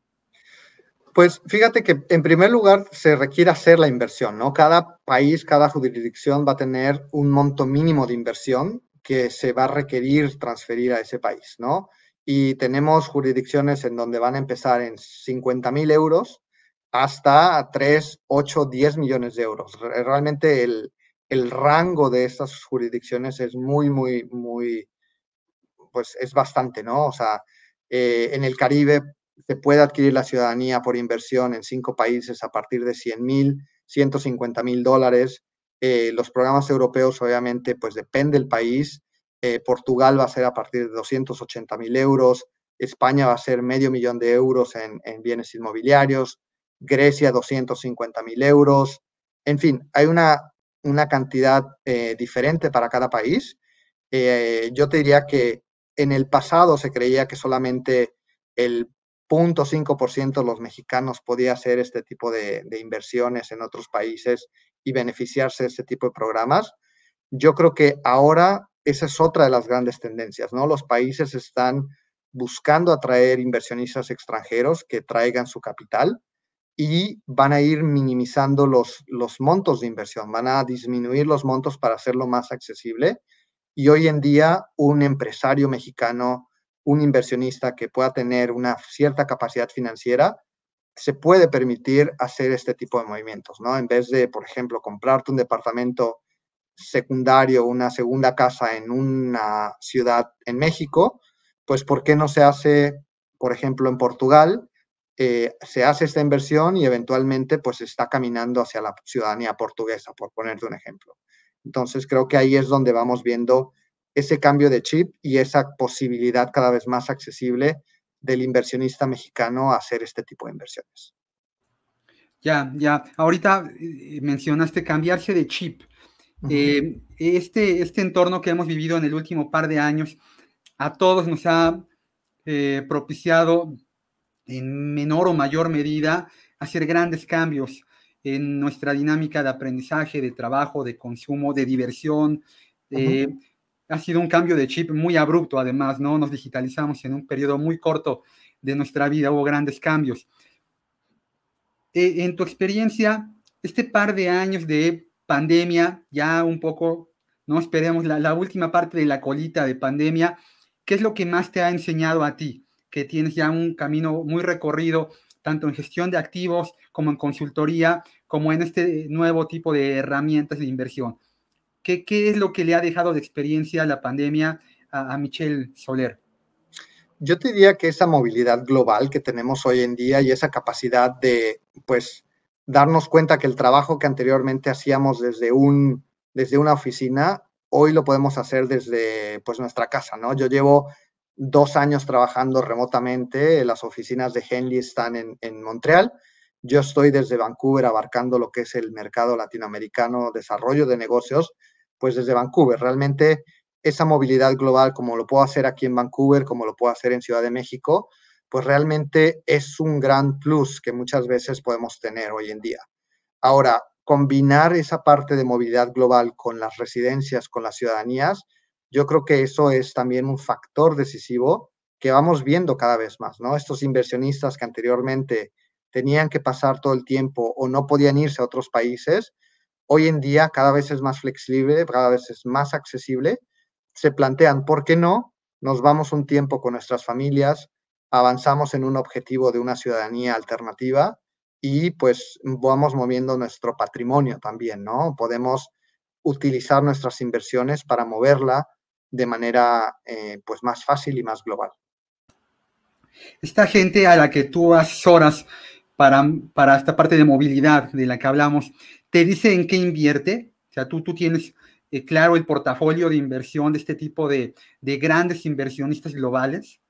Pues fíjate que en primer lugar se requiere hacer la inversión, ¿no? Cada país, cada jurisdicción va a tener un monto mínimo de inversión que se va a requerir transferir a ese país, ¿no? Y tenemos jurisdicciones en donde van a empezar en cincuenta mil euros hasta tres, ocho, diez millones de euros. Realmente el, el rango de estas jurisdicciones es muy, muy, muy, pues es bastante, ¿no? O sea, eh, en el Caribe se puede adquirir la ciudadanía por inversión en cinco países a partir de cien mil, ciento cincuenta mil dólares. Eh, los programas europeos, obviamente, pues depende del país. Eh, Portugal va a ser a partir de doscientos ochenta mil euros. España va a ser medio millón de euros en, en bienes inmobiliarios. Grecia, doscientos cincuenta mil euros. En fin, hay una, una cantidad eh, diferente para cada país. Eh, yo te diría que en el pasado se creía que solamente el cero punto cinco por ciento de los mexicanos podía hacer este tipo de, de inversiones en otros países y beneficiarse de este tipo de programas. Yo creo que ahora esa es otra de las grandes tendencias, ¿no? Los países están buscando atraer inversionistas extranjeros que traigan su capital y van a ir minimizando los, los montos de inversión, van a disminuir los montos para hacerlo más accesible. Y hoy en día un empresario mexicano, un inversionista que pueda tener una cierta capacidad financiera, se puede permitir hacer este tipo de movimientos, ¿no? En vez de, por ejemplo, comprarte un departamento secundario, una segunda casa en una ciudad en México, pues ¿por qué no se hace, por ejemplo, en Portugal? Eh, se hace esta inversión y eventualmente pues está caminando hacia la ciudadanía portuguesa, por ponerte un ejemplo. Entonces creo que ahí es donde vamos viendo ese cambio de chip y esa posibilidad cada vez más accesible del inversionista mexicano a hacer este tipo de inversiones. Ya, ya. Ahorita eh, mencionaste cambiarse de chip. Uh-huh. eh, este, este entorno que hemos vivido en el último par de años a todos nos ha eh, propiciado en menor o mayor medida hacer grandes cambios en nuestra dinámica de aprendizaje, de trabajo, de consumo, de diversión. Eh, uh-huh. Ha sido un cambio de chip muy abrupto, además, ¿no? Nos digitalizamos en un periodo muy corto de nuestra vida, hubo grandes cambios. Eh, en tu experiencia, este par de años de pandemia, ya un poco, no esperemos la, la última parte de la colita de pandemia, ¿qué es lo que más te ha enseñado a ti? Que tienes ya un camino muy recorrido, tanto en gestión de activos como en consultoría, como en este nuevo tipo de herramientas de inversión. ¿Qué, qué es lo que le ha dejado de experiencia la pandemia a, a Michelle Soler? Yo te diría que esa movilidad global que tenemos hoy en día y esa capacidad de, pues, darnos cuenta que el trabajo que anteriormente hacíamos desde, un, desde una oficina, hoy lo podemos hacer desde, pues, nuestra casa, ¿no? Yo llevo dos años trabajando remotamente, las oficinas de Henley están en, en Montreal, yo estoy desde Vancouver abarcando lo que es el mercado latinoamericano, desarrollo de negocios, pues desde Vancouver. Realmente esa movilidad global, como lo puedo hacer aquí en Vancouver, como lo puedo hacer en Ciudad de México, pues realmente es un gran plus que muchas veces podemos tener hoy en día. Ahora, combinar esa parte de movilidad global con las residencias, con las ciudadanías, yo creo que eso es también un factor decisivo que vamos viendo cada vez más, ¿no? Estos inversionistas que anteriormente tenían que pasar todo el tiempo o no podían irse a otros países, hoy en día cada vez es más flexible, cada vez es más accesible, se plantean, ¿por qué no? Nos vamos un tiempo con nuestras familias, avanzamos en un objetivo de una ciudadanía alternativa y pues vamos moviendo nuestro patrimonio también, ¿no? Podemos utilizar nuestras inversiones para moverla de manera eh, pues más fácil y más global. Esta gente a la que tú asesoras para, para esta parte de movilidad de la que hablamos, ¿te dice en qué invierte? O sea, tú, tú tienes eh, claro el portafolio de inversión de este tipo de, de grandes inversionistas globales.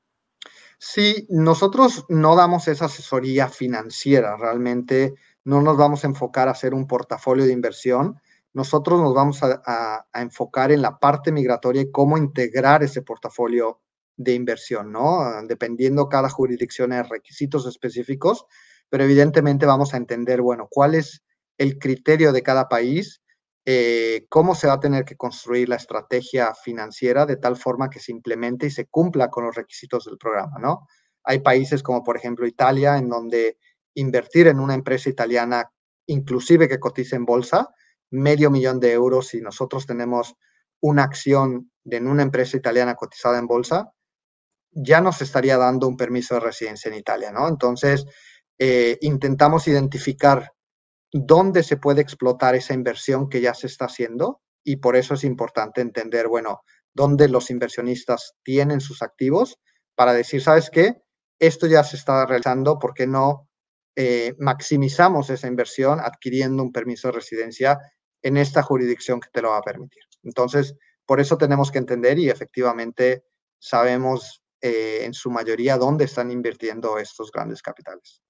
Sí, nosotros no damos esa asesoría financiera, realmente no nos vamos a enfocar a hacer un portafolio de inversión. Nosotros nos vamos a, a, a enfocar en la parte migratoria y cómo integrar ese portafolio de inversión, ¿no? Dependiendo cada jurisdicción hay requisitos específicos, pero evidentemente vamos a entender, bueno, cuál es el criterio de cada país, eh, cómo se va a tener que construir la estrategia financiera de tal forma que se implemente y se cumpla con los requisitos del programa, ¿no? Hay países como por ejemplo Italia, en donde invertir en una empresa italiana, inclusive que cotice en bolsa, medio millón de euros, si nosotros tenemos una acción de en una empresa italiana cotizada en bolsa, ya nos estaría dando un permiso de residencia en Italia, ¿no? Entonces, eh, intentamos identificar dónde se puede explotar esa inversión que ya se está haciendo y por eso es importante entender, bueno, dónde los inversionistas tienen sus activos para decir, ¿sabes qué? Esto ya se está realizando, ¿por qué no eh, maximizamos esa inversión adquiriendo un permiso de residencia en esta jurisdicción que te lo va a permitir? Entonces, por eso tenemos que entender y efectivamente sabemos eh, en su mayoría dónde están invirtiendo estos grandes capitales.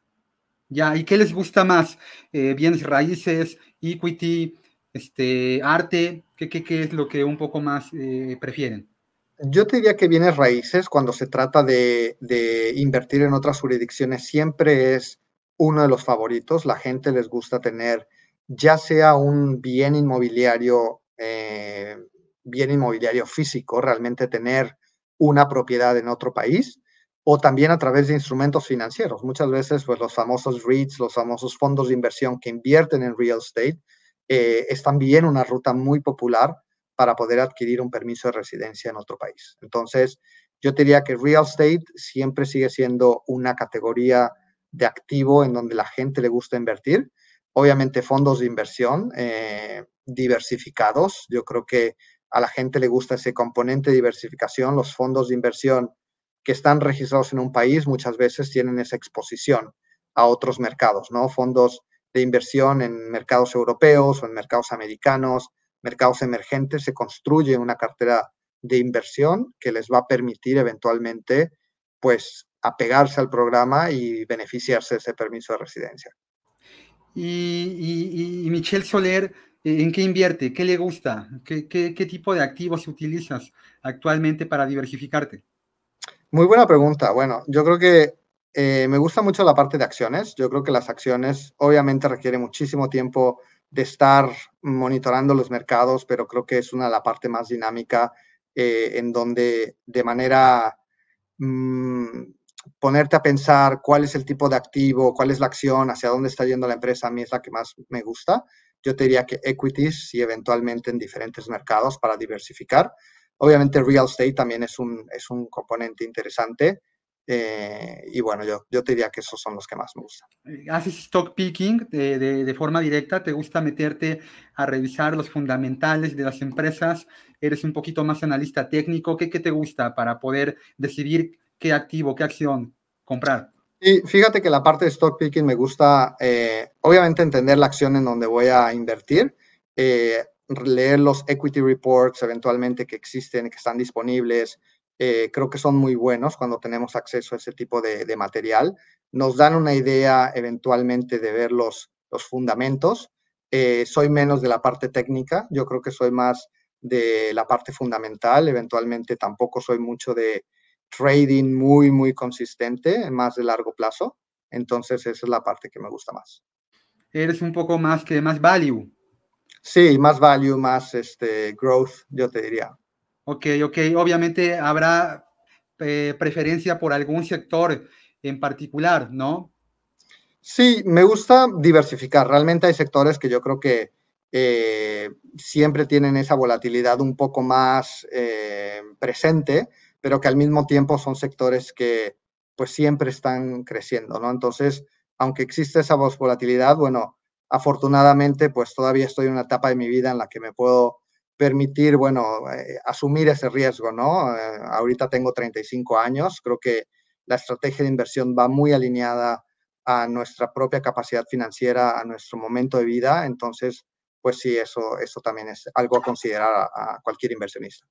Ya, ¿y qué les gusta más? Eh, bienes raíces, equity, este, arte, ¿qué, qué, qué es lo que un poco más eh, prefieren? Yo te diría que bienes raíces, cuando se trata de, de, invertir en otras jurisdicciones, siempre es uno de los favoritos. La gente les gusta tener ya sea un bien inmobiliario, eh, bien inmobiliario físico, realmente tener una propiedad en otro país, o también a través de instrumentos financieros. Muchas veces, pues los famosos REITs, los famosos fondos de inversión que invierten en real estate, eh, es también una ruta muy popular para poder adquirir un permiso de residencia en otro país. Entonces, yo diría que real estate siempre sigue siendo una categoría de activo en donde la gente le gusta invertir. Obviamente, fondos de inversión eh, diversificados. Yo creo que a la gente le gusta ese componente de diversificación. Los fondos de inversión que están registrados en un país muchas veces tienen esa exposición a otros mercados, ¿no? Fondos de inversión en mercados europeos o en mercados americanos, mercados emergentes, se construye una cartera de inversión que les va a permitir eventualmente, pues, apegarse al programa y beneficiarse de ese permiso de residencia. Y, y, y Michelle Soler, ¿en qué invierte? ¿Qué le gusta? ¿Qué, qué, qué tipo de activos utilizas actualmente para diversificarte? Muy buena pregunta. Bueno, yo creo que eh, me gusta mucho la parte de acciones. Yo creo que las acciones obviamente requieren muchísimo tiempo de estar monitorando los mercados, pero creo que es una de la parte más dinámica eh, en donde de manera mmm, ponerte a pensar cuál es el tipo de activo, cuál es la acción, hacia dónde está yendo la empresa, a mí es la que más me gusta. Yo te diría que equities y eventualmente en diferentes mercados para diversificar. Obviamente real estate también es un, es un componente interesante. Eh, y bueno, yo, yo te diría que esos son los que más me gustan. ¿Haces stock picking de, de, de forma directa? ¿Te gusta meterte a revisar los fundamentales de las empresas? ¿Eres un poquito más analista técnico? ¿Qué, qué te gusta para poder decidir qué activo, qué acción comprar? Y fíjate que la parte de stock picking me gusta, eh, obviamente, entender la acción en donde voy a invertir, eh, leer los equity reports eventualmente que existen, que están disponibles. Eh, creo que son muy buenos cuando tenemos acceso a ese tipo de, de material. Nos dan una idea eventualmente de ver los, los fundamentos. Eh, soy menos de la parte técnica, yo creo que soy más de la parte fundamental. Eventualmente tampoco soy mucho de trading muy, muy consistente, más de largo plazo. Entonces, esa es la parte que me gusta más. Eres un poco más que más value. Sí, más value, más este, growth, yo te diría. Ok, ok. Obviamente habrá eh, preferencia por algún sector en particular, ¿no? Sí, me gusta diversificar. Realmente hay sectores que yo creo que eh, siempre tienen esa volatilidad un poco más eh, presente, pero que al mismo tiempo son sectores que pues siempre están creciendo, ¿no? Entonces, aunque existe esa volatilidad, bueno, afortunadamente pues todavía estoy en una etapa de mi vida en la que me puedo permitir, bueno, eh, asumir ese riesgo, ¿no? Eh, ahorita tengo treinta y cinco años, creo que la estrategia de inversión va muy alineada a nuestra propia capacidad financiera, a nuestro momento de vida. Entonces, pues sí, eso, eso también es algo a considerar a, a cualquier inversionista.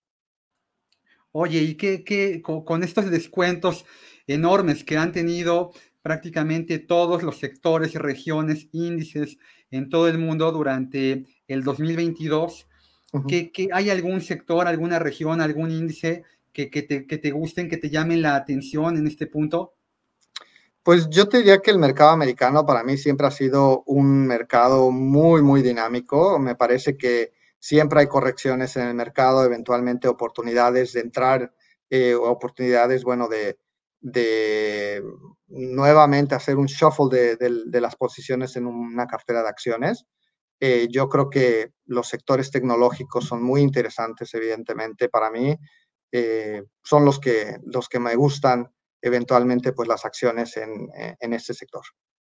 Oye, ¿y qué, qué con, con estos descuentos enormes que han tenido prácticamente todos los sectores, regiones, índices en todo el mundo durante el dos mil veintidós? Ujú. ¿Qué, qué- hay algún sector, alguna región, algún índice que, que te, que te gusten, que te llamen la atención en este punto? Pues yo te diría que el mercado americano para mí siempre ha sido un mercado muy, muy dinámico. Me parece que siempre hay correcciones en el mercado, eventualmente oportunidades de entrar, eh, oportunidades, bueno, de, de nuevamente hacer un shuffle de, de- de las posiciones en una cartera de acciones. Eh, yo creo que los sectores tecnológicos son muy interesantes, evidentemente, para mí. Eh, son los que, los que me gustan eventualmente pues las acciones en, en este sector.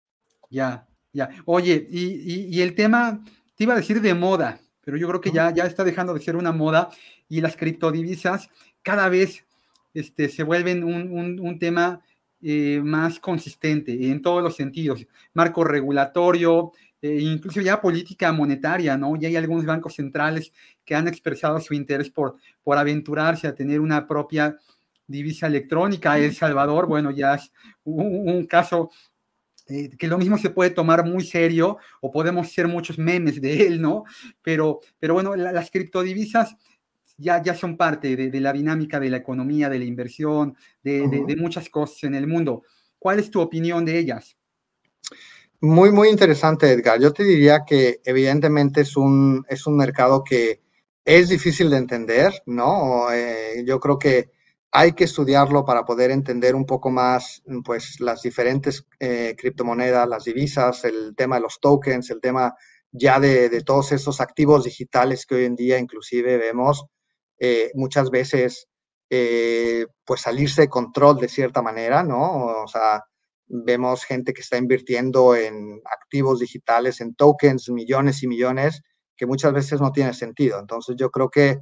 Ya, ya. Oye, y, y- y el tema, te iba a decir de moda, pero yo creo que ya, ya está dejando de ser una moda y las criptodivisas cada vez este, se vuelven un, un- un tema eh, más consistente en todos los sentidos. Marco regulatorio, eh, incluso ya política monetaria, ¿no? Ya hay algunos bancos centrales que han expresado su interés por, por aventurarse a tener una propia divisa electrónica. El Salvador, bueno, ya es un, un caso eh, que lo mismo se puede tomar muy serio o podemos hacer muchos memes de él, ¿no? Pero, pero bueno, la, las criptodivisas ya, ya son parte de, de, la dinámica de la economía, de la inversión, de, de, de muchas cosas en el mundo. ¿Cuál es tu opinión de ellas? Muy, muy interesante, Edgar. Yo te diría que evidentemente es un, es un mercado que es difícil de entender, ¿no? Eh, yo creo que hay que estudiarlo para poder entender un poco más, pues, las diferentes eh, criptomonedas, las divisas, el tema de los tokens, el tema ya de, de todos esos activos digitales que hoy en día inclusive vemos eh, muchas veces, eh, pues, salirse de control de cierta manera, ¿no? O sea, vemos gente que está invirtiendo en activos digitales, en tokens, millones y millones, que muchas veces no tiene sentido. Entonces yo creo que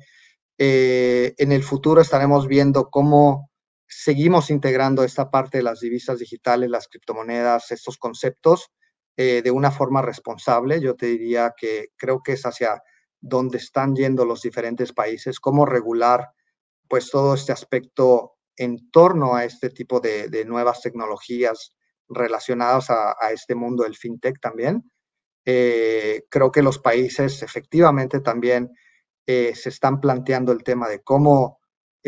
eh, en el futuro estaremos viendo cómo seguimos integrando esta parte de las divisas digitales, las criptomonedas, estos conceptos eh, de una forma responsable. Yo te diría que creo que es hacia donde están yendo los diferentes países, cómo regular pues todo este aspecto en torno a este tipo de, de nuevas tecnologías relacionadas a, a, este mundo del fintech también. Eh, creo que los países efectivamente también eh, se están planteando el tema de cómo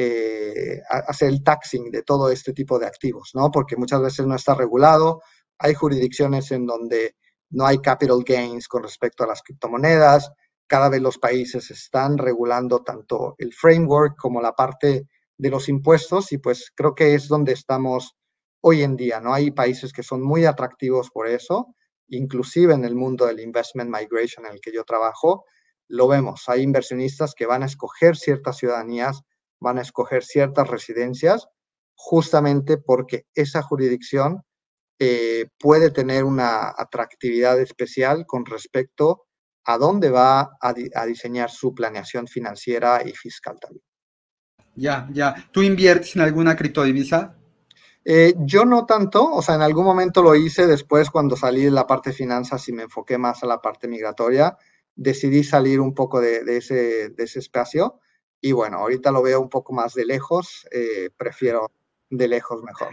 eh, hacer el taxing de todo este tipo de activos, ¿no? Porque muchas veces no está regulado, hay jurisdicciones en donde no hay capital gains con respecto a las criptomonedas, cada vez los países están regulando tanto el framework como la parte de los impuestos y pues creo que es donde estamos hoy en día, ¿no? Hay países que son muy atractivos por eso, inclusive en el mundo del investment migration en el que yo trabajo, lo vemos. Hay inversionistas que van a escoger ciertas ciudadanías, van a escoger ciertas residencias, justamente porque esa jurisdicción eh, puede tener una atractividad especial con respecto a dónde va a, di a diseñar su planeación financiera y fiscal también. Ya, ya. ¿Tú inviertes en alguna criptodivisa? Eh, yo no tanto, o sea, en algún momento lo hice, después cuando salí de la parte de finanzas y me enfoqué más a la parte migratoria, decidí salir un poco de, de, ese, de ese espacio y bueno, ahorita lo veo un poco más de lejos, eh, prefiero de lejos mejor.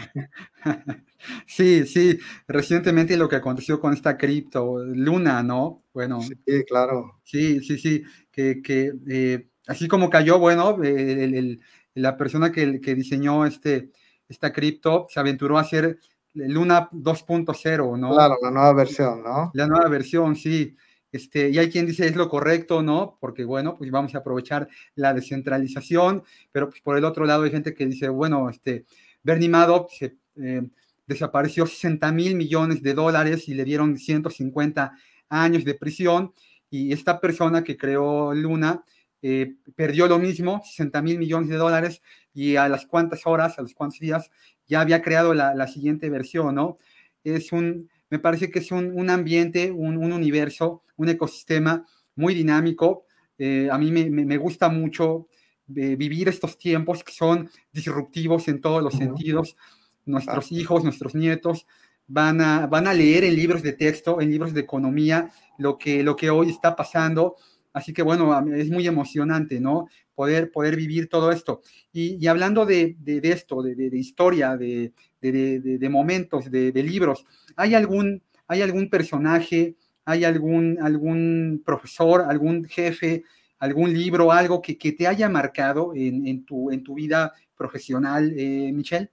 Sí, sí, recientemente lo que aconteció con esta cripto, Luna, ¿no? Bueno, Sí, claro. sí, sí, sí, que, que eh, así como cayó, bueno, el, el, el, la persona que, que diseñó este, esta cripto se aventuró a hacer Luna dos punto cero, ¿no? Claro, la nueva versión, ¿no? La nueva versión, sí. Este, y hay quien dice es lo correcto, ¿no? Porque, bueno, pues vamos a aprovechar la descentralización, pero pues por el otro lado hay gente que dice, bueno, este, Bernie Madoff se, eh, desapareció sesenta mil millones de dólares y le dieron ciento cincuenta años de prisión, y esta persona que creó Luna eh, perdió lo mismo, sesenta mil millones de dólares, y a las cuantas horas, a los cuantos días, ya había creado la, la siguiente versión, ¿no? Es un, me parece que es un, un ambiente, un, un, universo, un ecosistema muy dinámico. Eh, a mí me, me, me, gusta mucho eh, vivir estos tiempos que son disruptivos en todos los uh-huh. sentidos. Nuestros ah. hijos, nuestros nietos van a, van a leer en libros de texto, en libros de economía, lo que, lo que hoy está pasando. Así que bueno, es muy emocionante, ¿no? Poder, poder vivir todo esto. Y, y hablando de, de, de esto, de, de, de historia, de, de, de, de momentos, de, de libros, ¿hay algún, ¿hay algún personaje, hay algún, algún profesor, algún jefe, algún libro, algo que, que te haya marcado en, en, tu, en tu vida profesional, eh, Michelle?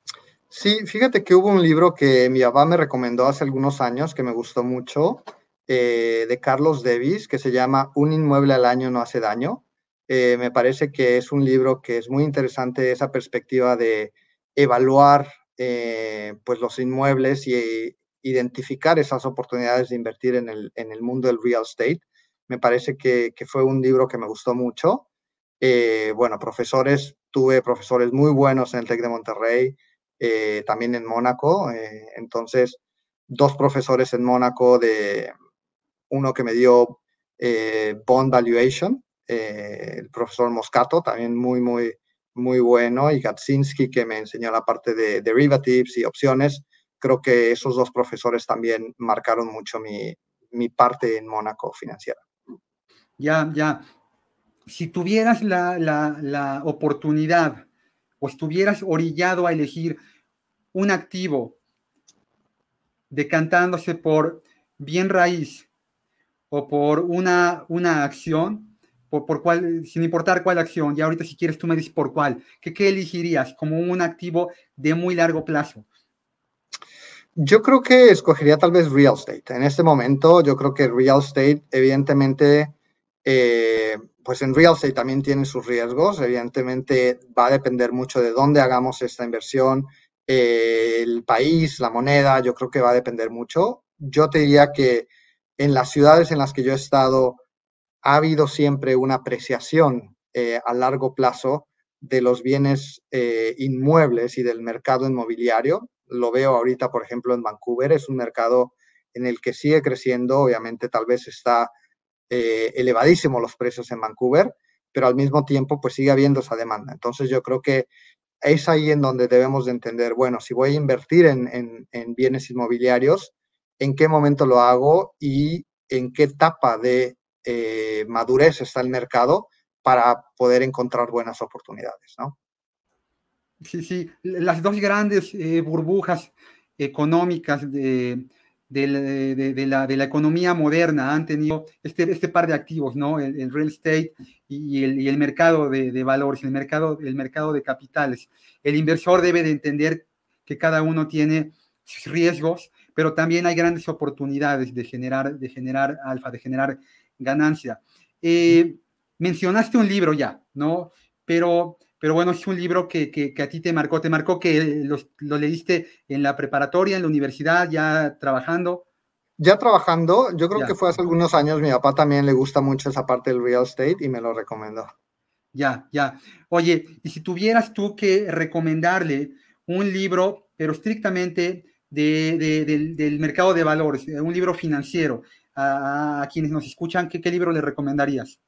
Sí, fíjate que hubo un libro que mi papá me recomendó hace algunos años que me gustó mucho, eh, de Carlos Davis, que se llama Un inmueble al año no hace daño. Eh, me parece que es un libro que es muy interesante, esa perspectiva de evaluar eh, pues los inmuebles y eh, identificar esas oportunidades de invertir en el, en el mundo del real estate. Me parece que, que fue un libro que me gustó mucho. Eh, bueno, profesores, tuve profesores muy buenos en el TEC de Monterrey, eh, también en Mónaco. Eh, entonces, dos profesores en Mónaco, de uno que me dio eh, Bond Valuation, eh, el profesor Moscato, también muy, muy, muy bueno, y Gatsinski, que me enseñó la parte de derivatives y opciones. Creo que esos dos profesores también marcaron mucho mi, mi parte en Mónaco financiera. Ya, ya. Si tuvieras la, la, la oportunidad o estuvieras orillado a elegir un activo decantándose por bien raíz o por una, una acción, por, por cuál, sin importar cuál acción, ya ahorita si quieres tú me dices por cuál, ¿qué, qué elegirías como un activo de muy largo plazo? Yo creo que escogería tal vez real estate. En este momento yo creo que real estate, evidentemente, eh, pues en real estate también tiene sus riesgos. Evidentemente va a depender mucho de dónde hagamos esta inversión, eh, el país, la moneda, yo creo que va a depender mucho. Yo te diría que en las ciudades en las que yo he estado ha habido siempre una apreciación eh, a largo plazo de los bienes eh, inmuebles y del mercado inmobiliario. Lo veo ahorita, por ejemplo, en Vancouver. Es un mercado en el que sigue creciendo. Obviamente, tal vez está eh, elevadísimo los precios en Vancouver, pero al mismo tiempo, pues sigue habiendo esa demanda. Entonces, yo creo que es ahí en donde debemos de entender, bueno, si voy a invertir en, en, en bienes inmobiliarios, ¿en qué momento lo hago y en qué etapa de eh, madurez está el mercado para poder encontrar buenas oportunidades, ¿no? Sí, sí, las dos grandes eh, burbujas económicas de, de, la, de, de, la, de la economía moderna han tenido este, este par de activos, ¿no? El, el real estate y el, y el mercado de, de valores, el mercado, el mercado de capitales. El inversor debe de entender que cada uno tiene sus riesgos, pero también hay grandes oportunidades de generar, de generar alfa, de generar ganancia. Eh, mencionaste un libro ya, ¿no? Pero... Pero bueno, es un libro que, que, que a ti te marcó, te marcó que lo, lo leíste en la preparatoria, en la universidad, ya trabajando. Ya trabajando, yo creo ya. que fue hace algunos años, mi papá también le gusta mucho esa parte del real estate y me lo recomendó. Ya, ya. Oye, y si tuvieras tú que recomendarle un libro, pero estrictamente de, de, del, del, mercado de valores, un libro financiero, a, a quienes nos escuchan, ¿qué, qué libro le recomendarías?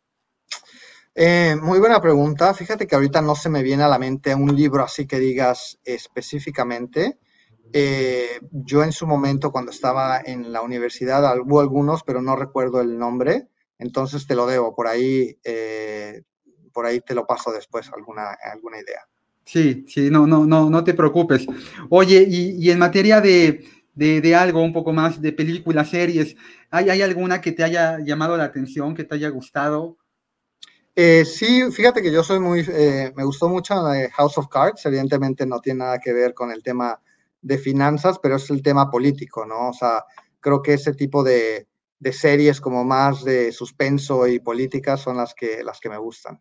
Eh, muy buena pregunta. Fíjate que ahorita no se me viene a la mente un libro así que digas específicamente. Eh, yo en su momento, cuando estaba en la universidad, hubo algunos, pero no recuerdo el nombre, entonces te lo debo. Por ahí, eh, por ahí te lo paso después, alguna, alguna idea. Sí, sí, no, no, no, no te preocupes. Oye, y, y en materia de, de, de, algo un poco más de películas, series, ¿hay, ¿hay alguna que te haya llamado la atención, que te haya gustado? Eh, sí, fíjate que yo soy muy, eh, me gustó mucho la de House of Cards, evidentemente no tiene nada que ver con el tema de finanzas, pero es el tema político, ¿no? O sea, creo que ese tipo de, de series como más de suspenso y política son las que, las que me gustan.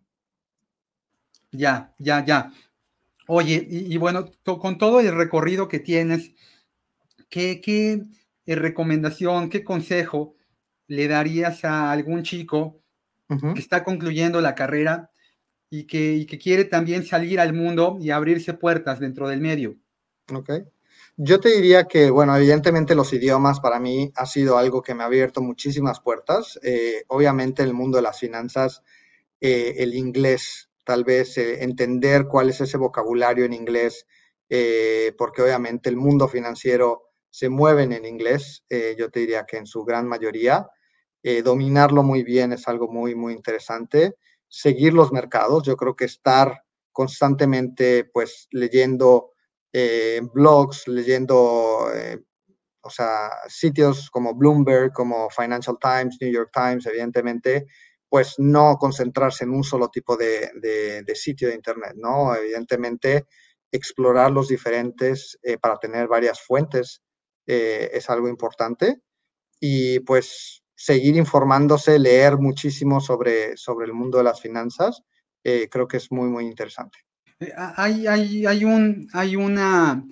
Ya, ya, ya. Oye, y, y bueno, to, con todo el recorrido que tienes, ¿qué, qué eh, recomendación, qué consejo le darías a algún chico que Ujú. está concluyendo la carrera y que, y que quiere también salir al mundo y abrirse puertas dentro del medio? Ok. Yo te diría que, bueno, evidentemente los idiomas para mí ha sido algo que me ha abierto muchísimas puertas. Eh, obviamente el mundo de las finanzas, eh, el inglés, tal vez eh, entender cuál es ese vocabulario en inglés, eh, porque obviamente el mundo financiero se mueve en inglés, eh, yo te diría que en su gran mayoría. Eh, dominarlo muy bien es algo muy, muy interesante. Seguir los mercados, yo creo que estar constantemente pues leyendo eh, blogs, leyendo eh, o sea, sitios como Bloomberg, como Financial Times, New York Times, evidentemente, pues no concentrarse en un solo tipo de, de, de sitio de Internet, ¿no? Evidentemente, explorar los diferentes eh, para tener varias fuentes eh, es algo importante y pues seguir informándose, leer muchísimo sobre, sobre el mundo de las finanzas, eh, creo que es muy, muy interesante. Eh, Hay, hay, hay, un, hay una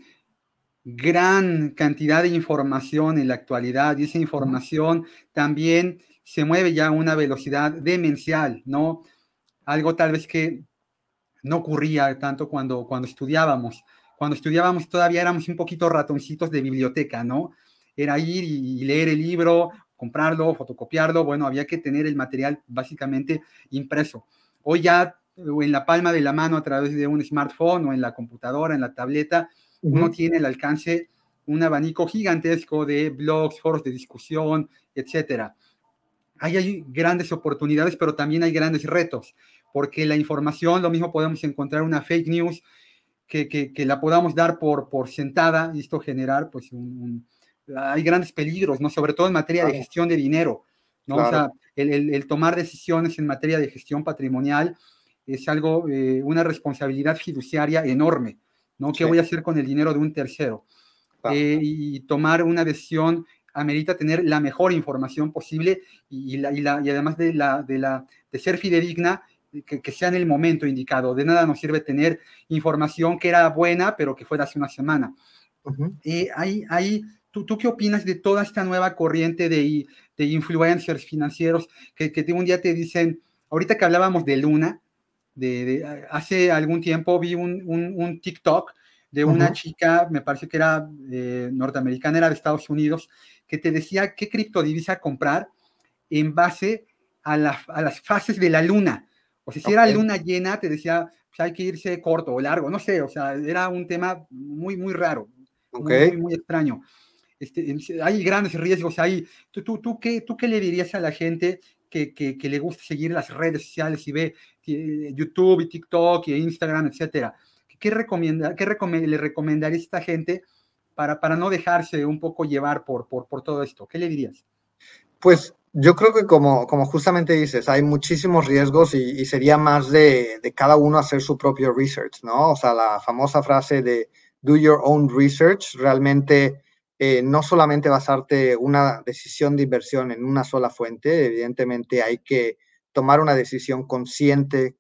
gran cantidad de información en la actualidad y esa Uh -huh. información también se mueve ya a una velocidad demencial, ¿no? Algo tal vez que no ocurría tanto cuando, cuando estudiábamos. Cuando estudiábamos todavía éramos un poquito ratoncitos de biblioteca, ¿no? Era ir y leer el libro, comprarlo, fotocopiarlo, bueno, había que tener el material básicamente impreso. Hoy ya en la palma de la mano a través de un smartphone o en la computadora, en la tableta, Uh uno -huh. tiene al alcance un abanico gigantesco de blogs, foros de discusión, etcétera. Ahí hay grandes oportunidades, pero también hay grandes retos, porque la información, lo mismo podemos encontrar una fake news que, que, que la podamos dar por, por sentada y esto generar, pues, un, un, hay grandes peligros, ¿no? Sobre todo en materia de Claro, gestión de dinero, ¿no? O claro. sea, el, el, el tomar decisiones en materia de gestión patrimonial es algo, eh, una responsabilidad fiduciaria enorme, ¿no? ¿Qué Sí, voy a hacer con el dinero de un tercero? claro. Eh, y tomar una decisión amerita tener la mejor información posible y, y, la, y, la, y además de, la, de, la, de ser fidedigna, que, que, sea en el momento indicado. De nada nos sirve tener información que era buena, pero que fue de hace una semana. Uh -huh. Eh, hay, hay, ¿tú, ¿Tú qué opinas de toda esta nueva corriente de, de influencers financieros que, que un día te dicen, ahorita que hablábamos de Luna, de, de, hace algún tiempo vi un, un, un TikTok de Uh una -huh. chica, me parece que era eh, norteamericana, era de Estados Unidos, que te decía qué criptodivisa comprar en base a, la, a las fases de la luna. O sea, si era Okay. luna llena, te decía, pues hay que irse corto o largo, no sé, o sea, era un tema muy, muy raro, muy, muy, Okay. muy extraño. Este, hay grandes riesgos ahí. ¿Tú, tú, tú, qué, ¿Tú qué le dirías a la gente que, que, que le gusta seguir las redes sociales y ve eh, YouTube y TikTok y Instagram, etcétera? ¿Qué, recomienda, qué recomend, le recomendarías a esta gente para, para no dejarse un poco llevar por, por, por todo esto? ¿Qué le dirías? Pues yo creo que como, como justamente dices, hay muchísimos riesgos y, y sería más de, de cada uno hacer su propio research, ¿no? O sea, la famosa frase de do your own research, realmente eh, no solamente basarte una decisión de inversión en una sola fuente, evidentemente hay que tomar una decisión consciente,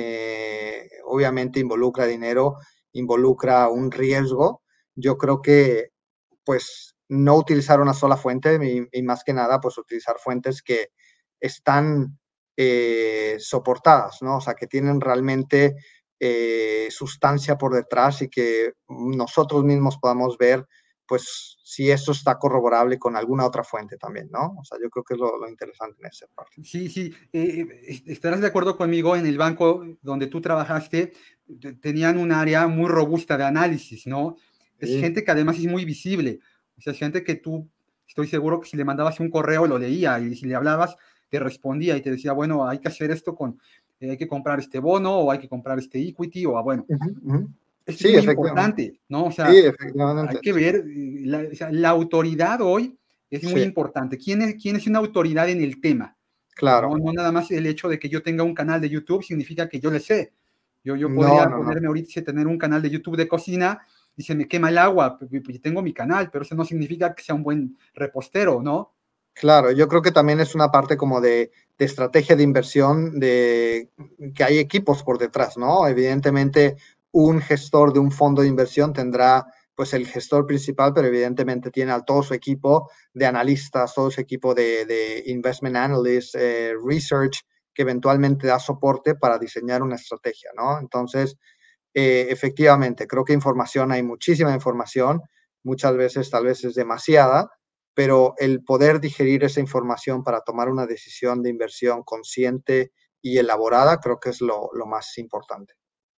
eh, obviamente involucra dinero, involucra un riesgo. Yo creo que pues no utilizar una sola fuente y, y, más que nada, pues utilizar fuentes que están eh, soportadas, ¿no? O sea, que tienen realmente eh, sustancia por detrás y que nosotros mismos podamos ver, pues, si esto está corroborable con alguna otra fuente también, ¿no? O sea, yo creo que es lo, lo interesante en esa parte. Sí, sí, eh, estarás de acuerdo conmigo, en el banco donde tú trabajaste, tenían un área muy robusta de análisis, ¿no? Es Sí. gente que además es muy visible, o sea, es gente que tú, estoy seguro que si le mandabas un correo lo leía, y si le hablabas te respondía y te decía, bueno, hay que hacer esto con, eh, hay que comprar este bono, o hay que comprar este equity, o bueno, Uh-huh, uh-huh. esto es Sí, muy efectivamente. importante, ¿no? O Sí, sea, hay efectivamente. que ver, la, o sea, la autoridad hoy es muy Sí, importante. ¿Quién es, quién es una autoridad en el tema? No, claro. no nada más el hecho de que yo tenga un canal de YouTube significa que yo le sé. Yo, yo No, podría no, no. ponerme ahorita a tener un canal de YouTube de cocina y se me quema el agua, pues tengo mi canal, pero eso no significa que sea un buen repostero, ¿no? Claro, yo creo que también es una parte como de, de estrategia de inversión, de que hay equipos por detrás, ¿no? Evidentemente, un gestor de un fondo de inversión tendrá pues el gestor principal, pero evidentemente tiene a todo su equipo de analistas, todo su equipo de, de investment analysts, eh, research, que eventualmente da soporte para diseñar una estrategia, ¿no? Entonces, eh, efectivamente, creo que información, hay muchísima información, muchas veces tal vez es demasiada, pero el poder digerir esa información para tomar una decisión de inversión consciente y elaborada, creo que es lo, lo más importante.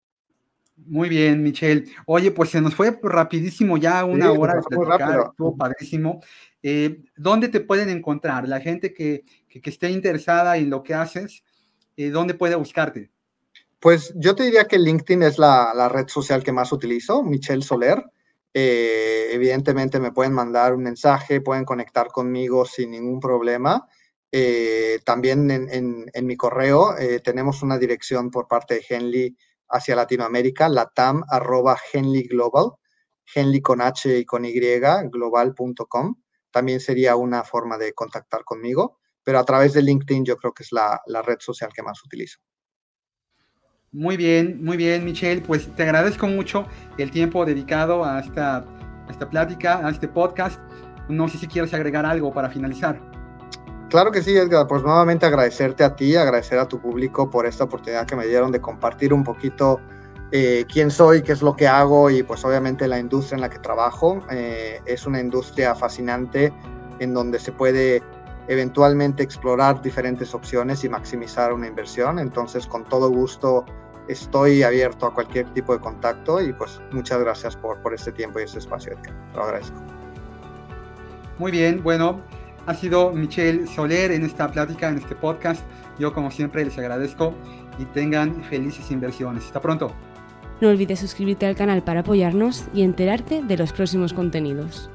Muy bien, Michelle. Oye, pues se nos fue rapidísimo ya Sí, una se hora de pasó muy platicar, rápido. estuvo padrísimo. Eh, ¿dónde te pueden encontrar? La gente que, que, que esté interesada en lo que haces, eh, ¿dónde puede buscarte? Pues yo te diría que LinkedIn es la, la red social que más utilizo, Michelle Soler. Eh, evidentemente me pueden mandar un mensaje, pueden conectar conmigo sin ningún problema. Eh, también en, en, en, mi correo eh, tenemos una dirección por parte de Henley hacia Latinoamérica, latam arroba Henley Global, Henley con H y con Y, global punto com. También sería una forma de contactar conmigo, pero a través de LinkedIn yo creo que es la, la red social que más utilizo. Muy bien, muy bien, Michelle. Pues te agradezco mucho el tiempo dedicado a esta, a esta plática, a este podcast. No sé si quieres agregar algo para finalizar. Claro que sí, Edgar. Pues nuevamente agradecerte a ti, agradecer a tu público por esta oportunidad que me dieron de compartir un poquito eh, quién soy, qué es lo que hago y pues obviamente la industria en la que trabajo. Eh, es una industria fascinante en donde se puede eventualmente explorar diferentes opciones y maximizar una inversión. Entonces, con todo gusto estoy abierto a cualquier tipo de contacto y pues muchas gracias por, por este tiempo y este espacio, Edgar. Te lo agradezco. Muy bien, bueno, ha sido Michelle Soler en esta plática, en este podcast. Yo como siempre les agradezco y tengan felices inversiones. Hasta pronto. No olvides suscribirte al canal para apoyarnos y enterarte de los próximos contenidos.